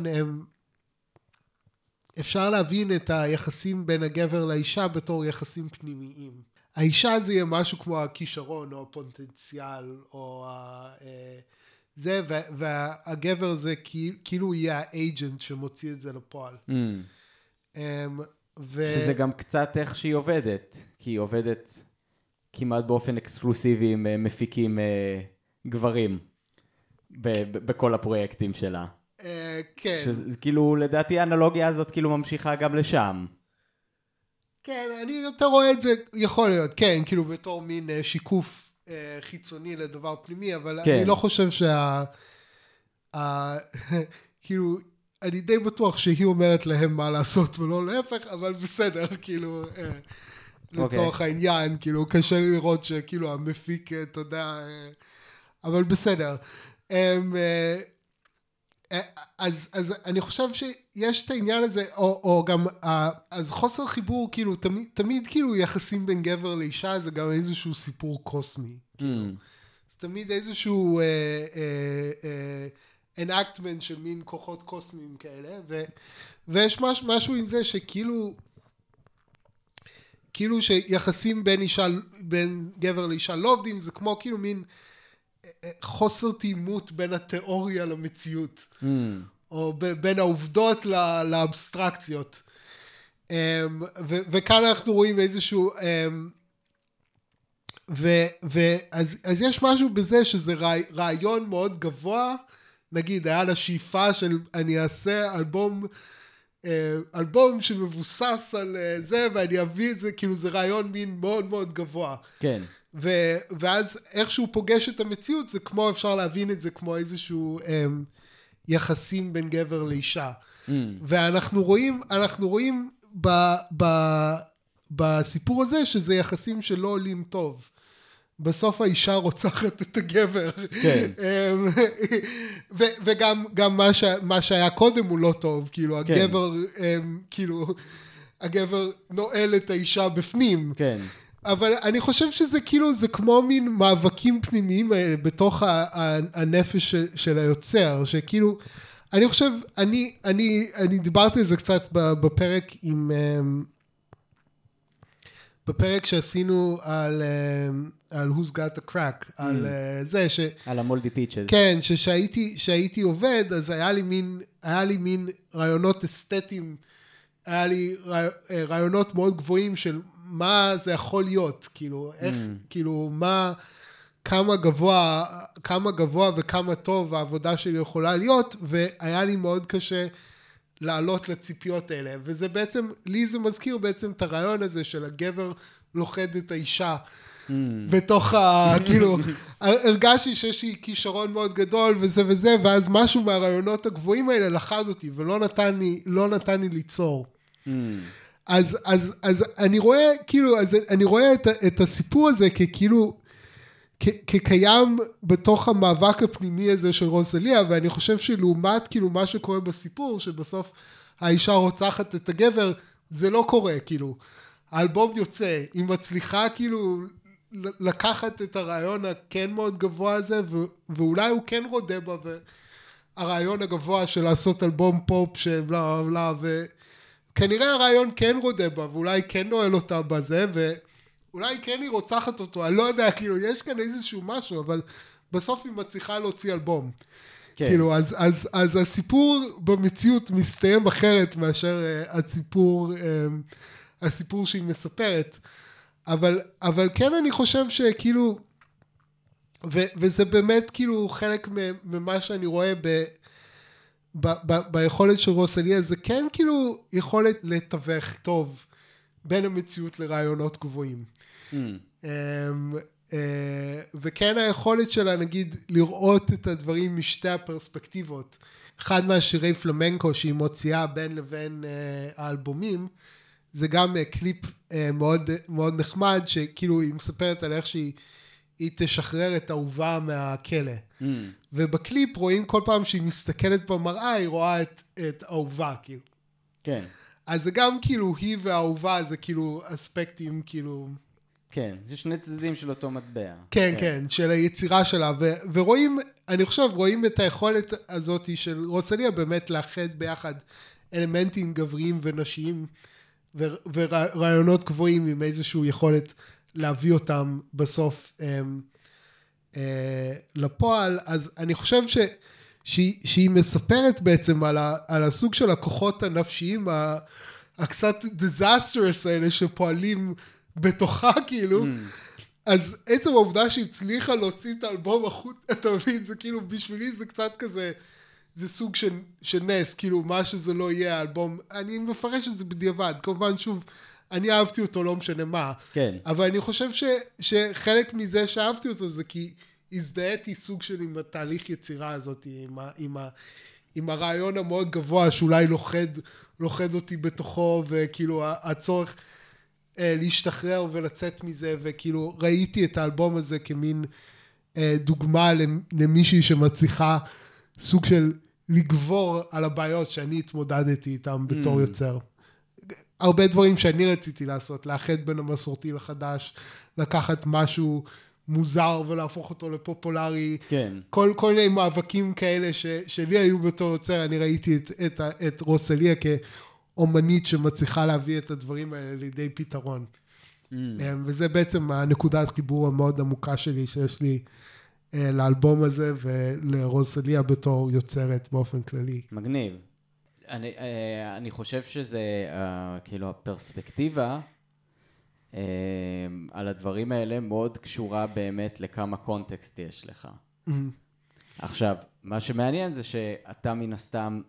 אפשר להבין את היחסים בין הגבר לאישה בתור יחסים פנימיים. האישה זה יהיה משהו כמו הכישרון או הפוטנציאל או ה... זה, והגבר זה כאילו יהיה האג'נט שמוציא את זה לפועל. Mm. ו... שזה גם קצת איך שהיא עובדת, כי היא עובדת כמעט באופן אקסקלוסיבי עם מפיקים גברים ב- בכל הפרויקטים שלה. Uh, כן. שזה, כאילו, לדעתי האנלוגיה הזאת כאילו ממשיכה גם לשם. כן, אני יותר רואה את זה, יכול להיות, כן, כאילו בתור מין uh, שיקוף uh, חיצוני לדבר פנימי, אבל כן. אני לא חושב שה... uh, כאילו, אני די בטוח שהיא אומרת להם מה לעשות ולא להפך, אבל בסדר, כאילו... Uh, לצורך העניין, כאילו, קשה לי לראות שכאילו המפיק, אתה יודע, אבל בסדר. אז, אז אני חושב שיש את העניין הזה, או, או גם, אז חוסר חיבור, כאילו, תמיד, תמיד כאילו יחסים בין גבר לאישה, זה גם איזשהו סיפור קוסמי. Mm. זה תמיד איזשהו enactment של מין כוחות קוסמיים כאלה, ו, ויש מש, משהו עם זה שכאילו, כאילו שיחסים בין אישה, בין גבר לאישה לא עובדים, זה כמו כאילו מין חוסר תאימות בין התיאוריה למציאות, mm. או ב, בין העובדות לה, לאבסטרקציות. Um, ו, וכאן אנחנו רואים איזשהו, um, ו, ואז, אז יש משהו בזה שזה רעי, רעיון מאוד גבוה, נגיד היה לשאיפה של אני אעשה אלבום, אלבום שמבוסס על זה, ואני אביא את זה, כאילו זה רעיון מין מאוד מאוד גבוה. כן. ו- ואז איכשהו פוגש את המציאות, זה כמו, אפשר להבין את זה כמו איזשהו הם, יחסים בין גבר לאישה. Mm. ואנחנו רואים, אנחנו רואים ב- ב- בסיפור הזה, שזה יחסים שלא עולים טוב. בסוף האישה רוצחת את הגבר. כן. ו- וגם גם מה, ש- מה שהיה קודם הוא לא טוב, כאילו כן. הגבר, כאילו, הגבר נועל את האישה בפנים. כן. אבל אני חושב שזה כאילו, זה כמו מין מאבקים פנימיים בתוך הנפש של היוצר, שכאילו, אני חושב, אני, אני, אני דיברתי על זה קצת בפרק עם, בפרק שעשינו על, על Who's Got the Crack, mm. על זה ש... על המולדי פיצ'ז. כן, ששהייתי, שהייתי עובד, אז היה לי מין, היה לי מין רעיונות אסתטיים, היה לי רעיונות מאוד גבוהים של מה זה יכול להיות, כאילו, איך, mm. כאילו, מה, כמה גבוה, כמה גבוה וכמה טוב העבודה שלי יכולה להיות, והיה לי מאוד קשה לעלות לציפיות האלה, וזה בעצם, לי זה מזכיר בעצם את הרעיון הזה של הגבר לוכד את האישה, mm. בתוך ה, כאילו, הרגשתי שיש לי כישרון מאוד גדול וזה וזה, ואז משהו מהרעיונות הגבוהים האלה לחד אותי, ולא נתן לי, לא נתן לי ליצור. Mm. אז, אז, אז אני רואה, כאילו, אז אני רואה את, את הסיפור הזה ככאילו, כ, כקיים בתוך המאבק הפנימי הזה של רוסליה, ואני חושב שלעומת, כאילו, מה שקורה בסיפור, שבסוף האישה רוצחת את הגבר, זה לא קורה, כאילו. האלבום יוצא, היא מצליחה, כאילו, לקחת את הרעיון הכן מאוד גבוה הזה, ו, ואולי הוא כן רודה בה, והרעיון הגבוה של לעשות אלבום פופ, שבלה בלה, ו... כנראה הרעיון כן רודה בה, ואולי כן נועל אותה בזה, ואולי כן היא רוצחת אותו, אני לא יודע, כאילו, יש כאן איזשהו משהו, אבל בסוף היא מצליחה להוציא אלבום. כן. כאילו, אז, אז, אז הסיפור במציאות מסתיים אחרת מאשר uh, הסיפור, uh, הסיפור שהיא מספרת. אבל, אבל כן אני חושב שכאילו, ו, וזה באמת כאילו חלק ממה שאני רואה ב... ב- ב- ביכולת של רוסליה, זה כן כאילו יכולת לתווך טוב בין המציאות לרעיונות גבוהים. Mm. וכן היכולת שלה, נגיד, לראות את הדברים משתי הפרספקטיבות. אחד מהשירי פלמנקו שהיא מוציאה בין לבין האלבומים, זה גם קליפ מאוד, מאוד נחמד, שכאילו היא מספרת על איך שהיא היא תשחרר את האהובה מהכלא. Mm. ובקליפ רואים כל פעם שהיא מסתכלת במראה, היא רואה את, את האהובה, כאילו. כן. אז זה גם כאילו, היא והאהובה, זה כאילו אספקטים, כאילו... כן, זה שני צדדים של אותו מטבע. כן, כן, כן של היצירה שלה. ו- ורואים, אני חושב, רואים את היכולת הזאת של רוסליה באמת לאחד ביחד אלמנטים גבריים ונשיים, ו- ורעיונות גבוהים עם איזושהי יכולת להביא אותם בסוף אה, אה, לפועל. אז אני חושב ש, שהיא, שהיא מספרת בעצם על, ה, על הסוג של הכוחות הנפשיים, ה, הקצת disastrous האלה שפועלים בתוכה כאילו. Mm. אז עצם העובדה שהצליחה להוציא את האלבום החוץ, אתה מבין, זה כאילו בשבילי זה קצת כזה, זה סוג של, של נס, כאילו מה שזה לא יהיה האלבום, אני מפרש את זה בדיעבד, כמובן שוב, אני אהבתי אותו לא משנה מה, כן. אבל אני חושב ש, שחלק מזה שאהבתי אותו זה כי הזדהיתי סוג של עם התהליך יצירה הזאת, עם, ה, עם, ה, עם הרעיון המאוד גבוה שאולי לוחד, לוחד אותי בתוכו, וכאילו הצורך להשתחרר ולצאת מזה, וכאילו ראיתי את האלבום הזה כמין דוגמה למישהי שמצליחה סוג של לגבור על הבעיות שאני התמודדתי איתם בתור יוצר. הרבה דברים שאני רציתי לעשות, לאחד בין המסורתי לחדש, לקחת משהו מוזר ולהפוך אותו לפופולרי. כן. כל, כל מיני מאבקים כאלה ש, שלי היו בתור יוצר, אני ראיתי את, את, את רוסליה כאומנית שמצליחה להביא את הדברים האלה לידי פתרון. Mm. וזה בעצם הנקודת חיבור המאוד עמוקה שלי, שיש לי לאלבום הזה ולרוסליה בתור יוצרת באופן כללי. מגניב. אני, אני חושב שזה כאילו הפרספקטיבה על הדברים האלה מאוד קשורה באמת לכמה קונטקסט יש לך. Mm-hmm. עכשיו, מה שמעניין זה שאתה מן הסתם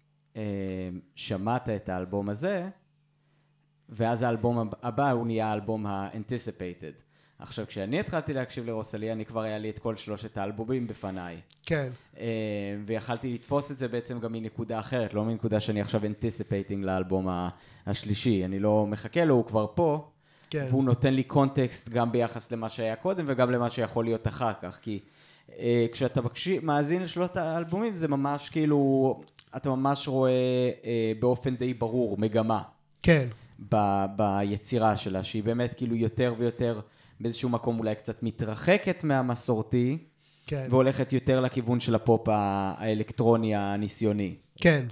שמעת את האלבום הזה, ואז האלבום הבא הוא נהיה האלבום ה-anticipated. עכשיו, כשאני התחלתי להקשיב לרוסליה, אני כבר היה לי את כל שלושת האלבומים בפניי. כן. ויכלתי לתפוס את זה בעצם גם מנקודה אחרת, לא מנקודה שאני עכשיו anticipating לאלבום השלישי. אני לא מחכה לו, הוא כבר פה, כן. והוא נותן לי קונטקסט גם ביחס למה שהיה קודם, וגם למה שיכול להיות אחר כך. כי כשאתה מקשיב, מאזין לשלושת האלבומים, זה ממש כאילו, אתה ממש רואה באופן די ברור, מגמה. כן. ב- ביצירה שלה, שהיא באמת כאילו יותר ויותר באיזשהו מקום אולי קצת מתרחקת מהמסורתי, כן. והולכת יותר לכיוון של הפופ האלקטרוני הניסיוני. כן.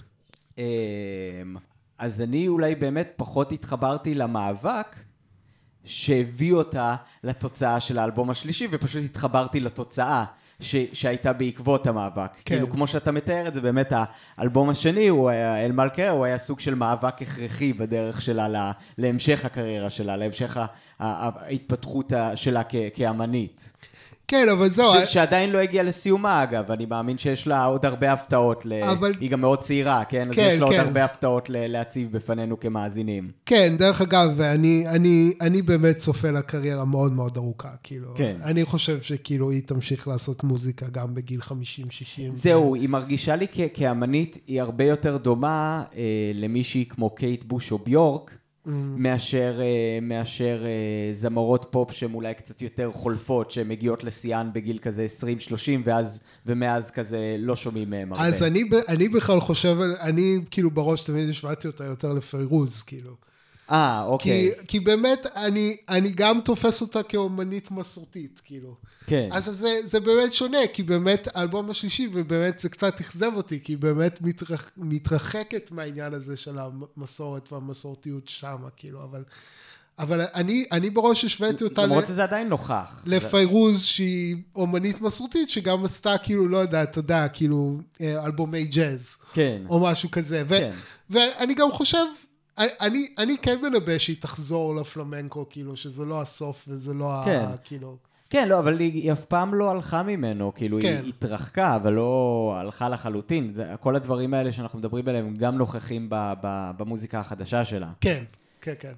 אז אני אולי באמת פחות התחברתי למאבק, שהביא אותה לתוצאה של האלבום השלישי, ופשוט התחברתי לתוצאה ש- שהייתה בעקבות המאבק. כן. כאילו, כמו שאתה מתאר את זה, באמת האלבום השני, הוא היה, אל מלכה, הוא היה סוג של מאבק הכרחי בדרך שלה לה, להמשך הקריירה שלה, להמשך ההתפתחות שלה כ- כאמנית. כן, אבל זהו. ש- שעדיין לא הגיע לסיומה, אגב. אני מאמין שיש לה עוד הרבה הפתעות. ל- אבל... היא גם מאוד צעירה, כן? כן, אז יש לה כן. עוד הרבה הפתעות ל- להציב בפנינו כמאזינים. כן, דרך אגב, אני, אני, אני באמת צופה לה קריירה מאוד מאוד ארוכה, כאילו. כן. אני חושב שכאילו היא תמשיך לעשות מוזיקה גם בגיל חמישים שישים. זהו, היא מרגישה לי כ- כאמנית, היא הרבה יותר דומה אה, למישהי כמו קייט בוש או ביורק, מאשר, מאשר זמרות פופ שהן אולי קצת יותר חולפות, שהן מגיעות לשיאן בגיל כזה עשרים שלושים, ואז, ומאז כזה לא שומעים מהם הרבה. אז אני, אני בכלל חושב, אני כאילו בראש תמיד השוויתי אותה יותר לפיירוז, כאילו. אה, אוקיי. כי, כי באמת אני, אני גם תופס אותה כאומנית מסורתית, כאילו. כן. אז זה, זה באמת שונה, כי באמת האלבום השלישי, ובאמת זה קצת אכזב אותי, כי היא באמת מתרח, מתרחקת מהעניין הזה של המסורת והמסורתיות שם, כאילו, אבל, אבל אני, אני בראש השוויתי אותה... למרות שזה עדיין נוכח. לפיירוז, שהיא אומנית מסורתית, שגם עשתה, כאילו, לא יודע, אתה יודע, כאילו, אלבומי ג'אז. כן. או משהו כזה. ו, כן. ואני גם חושב... אני, אני כן מנבא שהיא תחזור לפלמנקו, כאילו, שזה לא הסוף וזה לא כן. ה... כאילו... כן, לא, אבל היא, היא אף פעם לא הלכה ממנו, כאילו, כן. היא התרחקה, אבל לא הלכה לחלוטין. זה, כל הדברים האלה שאנחנו מדברים עליהם, הם גם נוכחים ב, ב, במוזיקה החדשה שלה. כן, כן, כן.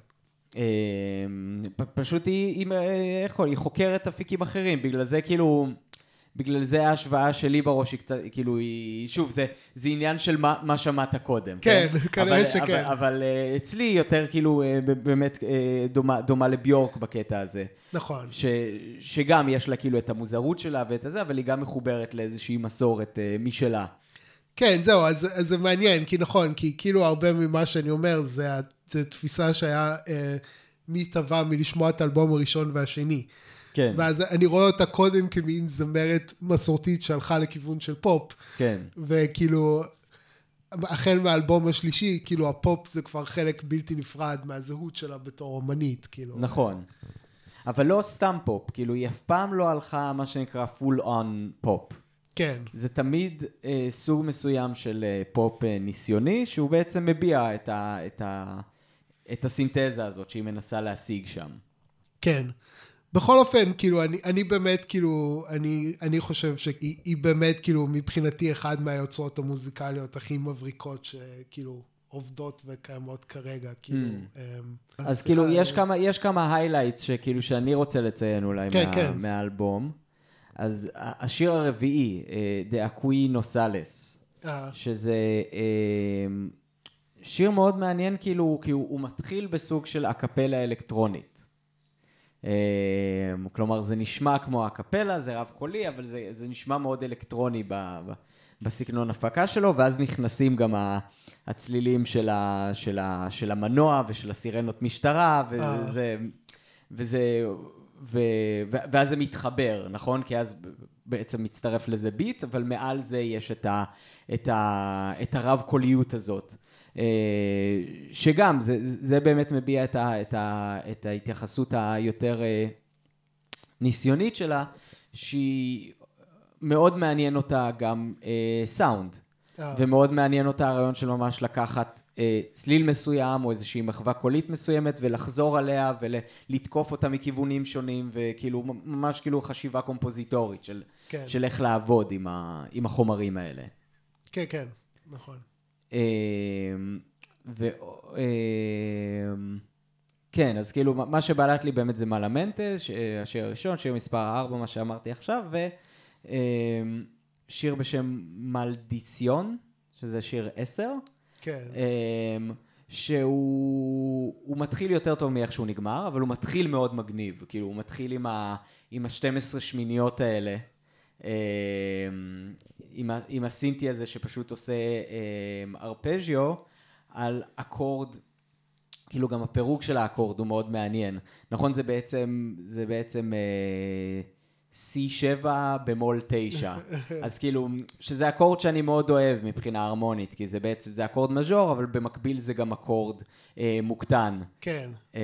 פ, פשוט היא, היא, איך קוראים, היא חוקרת אפיקים אחרים, בגלל זה כאילו... בגלל זה ההשוואה שלי בראש היא קצת, כאילו, היא, שוב, זה, זה עניין של מה, מה שמעת קודם. כן, כן? כנראה אבל, שכן. אבל, אבל אצלי יותר כאילו באמת דומה, דומה לביורק בקטע הזה. נכון. ש, שגם יש לה כאילו את המוזרות שלה ואת הזה, אבל היא גם מחוברת לאיזושהי מסורת משלה. כן, זהו, אז, אז זה מעניין, כי נכון, כי כאילו הרבה ממה שאני אומר, זה, זה תפיסה שהיה אה, מי טבע מלשמוע את האלבום הראשון והשני. כן. ואז אני רואה אותה קודם כמין זמרת מסורתית שהלכה לכיוון של פופ. כן. וכאילו, החל מהאלבום השלישי, כאילו הפופ זה כבר חלק בלתי נפרד מהזהות שלה בתור אומנית, כאילו. נכון. אבל לא סתם פופ, כאילו היא אף פעם לא הלכה מה שנקרא full on פופ. כן. זה תמיד אה, סוג מסוים של אה, פופ אה, ניסיוני, שהוא בעצם מביע את, ה, את, ה, את הסינתזה הזאת שהיא מנסה להשיג שם. כן. בכל אופן, כאילו, אני, אני באמת, כאילו, אני, אני חושב שהיא היא באמת, כאילו, מבחינתי אחד מהיוצרות המוזיקליות הכי מבריקות שכאילו עובדות וקיימות כרגע, כאילו. Mm. אז, אז כאילו, היה... יש כמה, יש כמה highlights שכאילו שאני רוצה לציין אולי כן, מה, כן. מהאלבום. אז השיר הרביעי, De Aquí No Sales, שזה שיר מאוד מעניין, כאילו, כי הוא, הוא מתחיל בסוג של אקפלה אלקטרונית. כלומר, זה נשמע כמו אקפלה, זה רב קולי, אבל זה, זה נשמע מאוד אלקטרוני ב, ב, בסגנון הפקה שלו, ואז נכנסים גם הצלילים של, ה, של, ה, של המנוע ושל הסירנות משטרה, וזה, וזה, ו, ואז זה מתחבר, נכון? כי אז בעצם מצטרף לזה ביט, אבל מעל זה יש את, ה, את, ה, את הרב קוליות הזאת. שגם, זה, זה באמת מביע את, ה, את, ה, את ההתייחסות היותר ניסיונית שלה, שהיא מאוד מעניין אותה גם אה, סאונד, אה. ומאוד מעניין אותה הרעיון של ממש לקחת אה, צליל מסוים, או איזושהי מחווה קולית מסוימת, ולחזור עליה, ולתקוף אותה מכיוונים שונים, וכאילו, ממש כאילו חשיבה קומפוזיטורית של, כן. של איך לעבוד עם, ה, עם החומרים האלה. כן, כן, נכון. ו... כן, אז כאילו, מה שבלט לי באמת זה מלמנטה, השיר הראשון, שיר מספר ארבע, מה שאמרתי עכשיו, ושיר בשם מלדיציון, שזה שיר עשר, כן. שהוא מתחיל יותר טוב מאיך שהוא נגמר, אבל הוא מתחיל מאוד מגניב, כאילו, הוא מתחיל עם ה... עם ה-שתים עשרה שמיניות האלה, עם, עם הסינטי הזה שפשוט עושה ארפז'יו על אקורד, כאילו גם הפירוק של האקורד הוא מאוד מעניין. נכון, זה בעצם, זה בעצם סי שבע במול תשע. אז כאילו, שזה אקורד שאני מאוד אוהב מבחינה הרמונית, כי זה בעצם, זה אקורד מז'ור, אבל במקביל זה גם אקורד אה, מוקטן. כן. אה,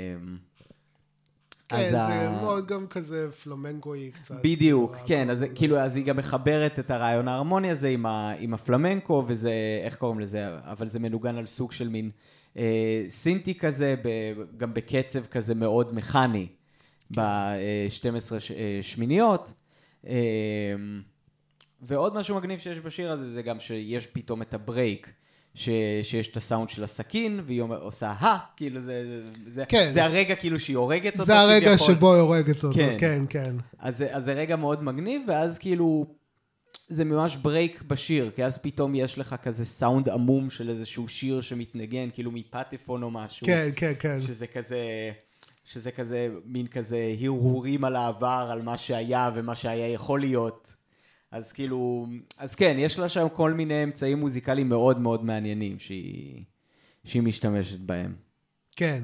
כן, זה ה... מאוד גם כזה פלמנקוי קצת. בדיוק, כן, אז כאילו, אז היא גם מחברת את הרעיון ההרמוני הזה עם, ה... עם הפלמנקו, וזה, איך קוראים לזה, אבל זה מנוגן על סוג של מין אה, סינטי כזה, ב... גם בקצב כזה מאוד מכני, ב-שתים עשרה ש... שמיניות. אה, ועוד משהו מגניב שיש בשיר הזה, זה גם שיש פתאום את הברייק, ש, שיש את הסאונד של הסכין, והיא אומר, עושה, הא, כאילו זה, זה, כן. זה הרגע כאילו שהיא הורגת אותו. זה הרגע יכול... שבו היא הורגת אותו, כן, כן. כן. אז, אז זה רגע מאוד מגניב, ואז כאילו, זה ממש ברייק בשיר, כי אז פתאום יש לך כזה סאונד עמום של איזשהו שיר שמתנגן, כאילו מפטפון או משהו. כן, כן, כן. שזה כזה, שזה כזה, מין כזה הרהורים על העבר, על מה שהיה ומה שהיה יכול להיות. אז כאילו, אז כן, יש לה שם כל מיני אמצעים מוזיקליים מאוד מאוד מעניינים שהיא, שהיא משתמשת בהם. כן.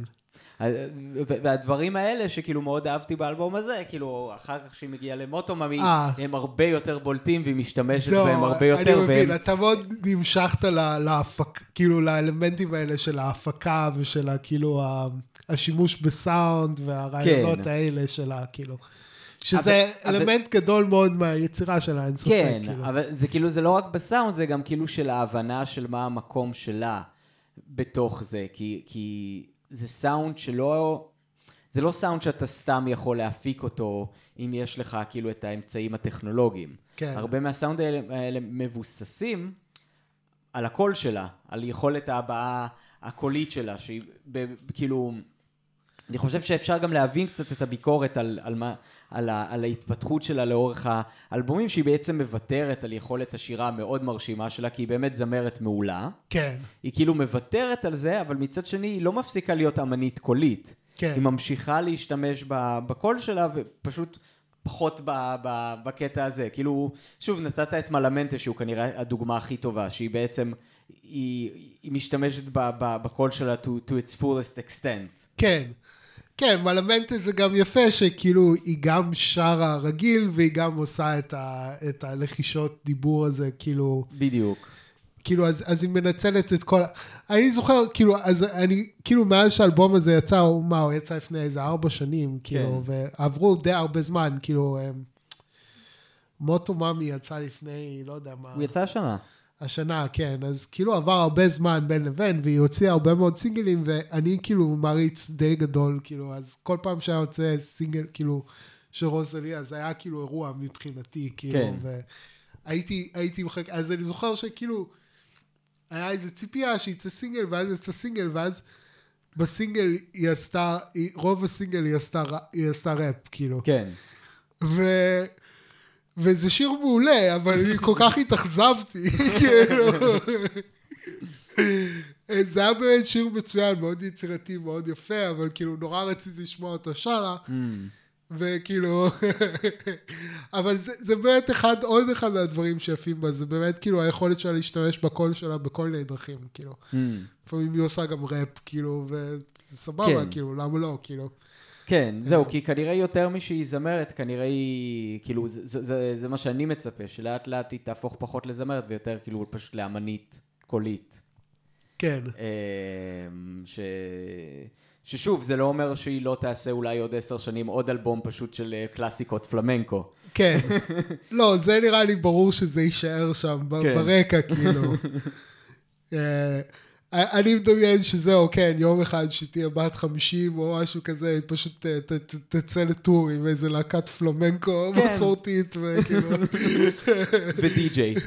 והדברים האלה שכאילו מאוד אהבתי באלבום הזה, כאילו אחר כך שהיא מגיעה למוטוממי, הם הרבה יותר בולטים והיא משתמשת בהם הרבה יותר. אני מבין, אתה מאוד נמשכת להפק, כאילו לאלמנטים האלה של ההפקה ושל כאילו השימוש בסאונד והרעיונות האלה שלה, כאילו. שזה אבל, אלמנט אבל... גדול מאוד מהיצירה שלה, אין ספק. כן, כאילו. אבל זה כאילו, זה לא רק בסאונד, זה גם כאילו של ההבנה של מה המקום שלה בתוך זה, כי, כי זה סאונד שלא, זה לא סאונד שאתה סתם יכול להפיק אותו, אם יש לך כאילו את האמצעים הטכנולוגיים. כן. הרבה מהסאונד האלה, האלה מבוססים על הקול שלה, על יכולת ההבעה הקולית שלה, שהיא כאילו... אני חושב שאפשר גם להבין קצת את הביקורת על, על, מה, על, ה, על ההתפתחות שלה לאורך האלבומים, שהיא בעצם מוותרת על יכולת השירה המאוד מרשימה שלה, כי היא באמת זמרת מעולה. כן. היא כאילו מוותרת על זה, אבל מצד שני היא לא מפסיקה להיות אמנית קולית. כן. היא ממשיכה להשתמש בקול שלה, ופשוט פחות ב, ב, בקטע הזה. כאילו, שוב, נתת את מלמנטה, שהוא כנראה הדוגמה הכי טובה, שהיא בעצם... היא, היא משתמשת ב, ב, בקול שלה to, to its fullest extent. כן. כן, מלמנטה זה גם יפה שכאילו היא גם שרה רגיל והיא גם עושה את, ה, את הלחישות דיבור הזה, כאילו... בדיוק. כאילו, אז, אז היא מנצלת את כל... אני זוכר, כאילו, אז אני, כאילו, מאז שהאלבום הזה יצא, הוא, מה, הוא יצא לפני איזה ארבע שנים, כאילו, כן. ועברו די הרבה זמן, כאילו, מוטוממי יצא לפני, לא יודע מה... הוא יצא השנה. השנה, כן, אז כאילו עבר הרבה זמן בין לבין, והיא הוציאה הרבה מאוד סינגלים, ואני כאילו מריץ די גדול, כאילו, אז כל פעם שהיה יוצא סינגל, כאילו, של רוזליה, אז היה כאילו אירוע מבחינתי, כאילו, כן. והייתי, הייתי מחכה, אז אני זוכר שכאילו, היה איזו ציפייה שיצא סינגל, ואז יצא סינגל, ואז בסינגל היא עשתה, רוב הסינגל היא עשתה, היא עשתה ראפ, כאילו. כן. ו... וזה שיר מעולה, אבל אני כל כך התאכזבתי, כאילו. זה היה באמת שיר מצוין, מאוד יצירתי, מאוד יפה, אבל כאילו נורא רציתי לשמוע אותה שרה, וכאילו, אבל זה, זה באמת אחד, עוד אחד מהדברים שיפים בה, זה באמת כאילו היכולת שלה להשתמש בקול שלה בכל מיני דרכים, כאילו. לפעמים היא עושה גם ראפ, כאילו, וזה סבבה, כאילו, למה לא, כאילו. כן, זהו, כי כנראה יותר משהיא זמרת, כנראה היא, כאילו, זה, זה, זה, זה מה שאני מצפה, שלאט לאט היא תהפוך פחות לזמרת, ויותר כאילו פשוט לאמנית קולית. כן. ש... ששוב, זה לא אומר שהיא לא תעשה אולי עוד עשר שנים עוד אלבום פשוט של קלאסיקות פלמנקו. כן. לא, זה נראה לי ברור שזה יישאר שם ברקע, כאילו. אני מדמיין שזהו, כן, יום אחד שתהיה בת חמישים או משהו כזה, היא פשוט תצא לטור עם איזה להקת פלמנקו מסורתית, וכאילו... ודי-ג'יי.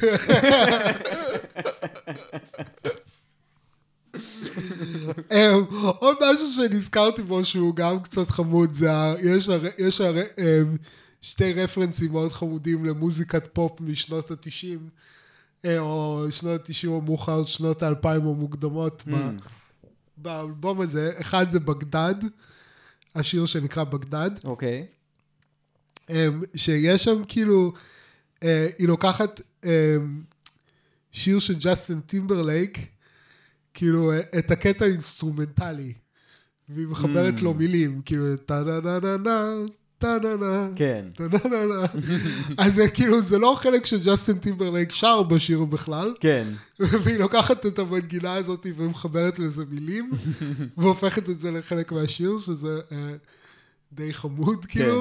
עוד משהו שנזכרתי בו שהוא גם קצת חמוד, זה יש שתי רפרנסים מאוד חמודים למוזיקת פופ משנות ה-תשעים, או שנות ה-תשעים המאוחר, שנות ה-אלפיים המוקדמות באלבום הזה. אחד זה בגדד, השיר שנקרא בגדד. אוקיי. שיש שם כאילו, היא לוקחת שיר של ג'סטין טימברלייק, כאילו, את הקטע האינסטרומנטלי, והיא מחברת לו מילים, כאילו, טה-נה-נה-נה-נה, טה-נה-נה, טה-נה-נה-נה. אז כאילו, זה לא חלק שג'סטין טימברלייק שר בשיר בכלל, והיא לוקחת את המנגינה הזאת, ומחברת לזה מילים, והופכת את זה לחלק מהשיר, שזה די חמוד, כאילו.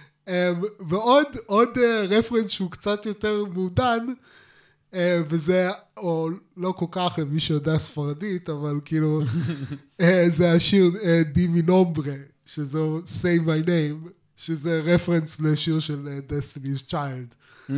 ועוד רפרנס שהוא קצת יותר מעודן, וזה, או לא כל כך למי שיודע ספרדית, אבל כאילו, זה השיר די מינומברה, שזו Say My Name, שזה רפרנס לשיר של Destiny's Child.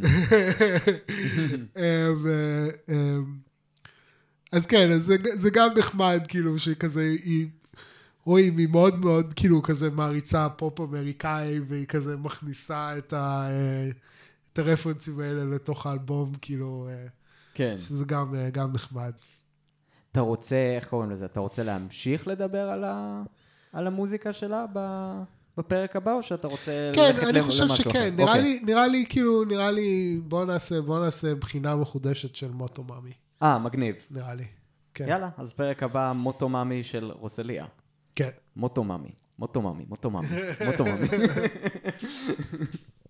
אז כן, זה גם נחמד, כאילו, שכזה, רואים, היא מאוד מאוד, כאילו, כזה מעריצה פופ אמריקאי, והיא כזה מכניסה את ה... את הרפרנסים האלה לתוך האלבום, כאילו, כן. שזה גם, גם נחמד. אתה רוצה, איך קוראים לזה? אתה רוצה להמשיך לדבר על, ה, על המוזיקה שלה בפרק הבא, או שאתה רוצה כן, ללכת אני חושב למשהו שכן. אחר? נראה אוקיי. לי, נראה לי, כאילו, נראה לי, בוא נעשה, בוא נעשה בחינה מחודשת של מוטו מאמי. אה, מגניב. נראה לי, כן. יאללה, אז פרק הבא, מוטו מאמי של רוסליה. כן. מוטו מאמי, מוטו מאמי, מוטו מאמי, מוטו מאמי.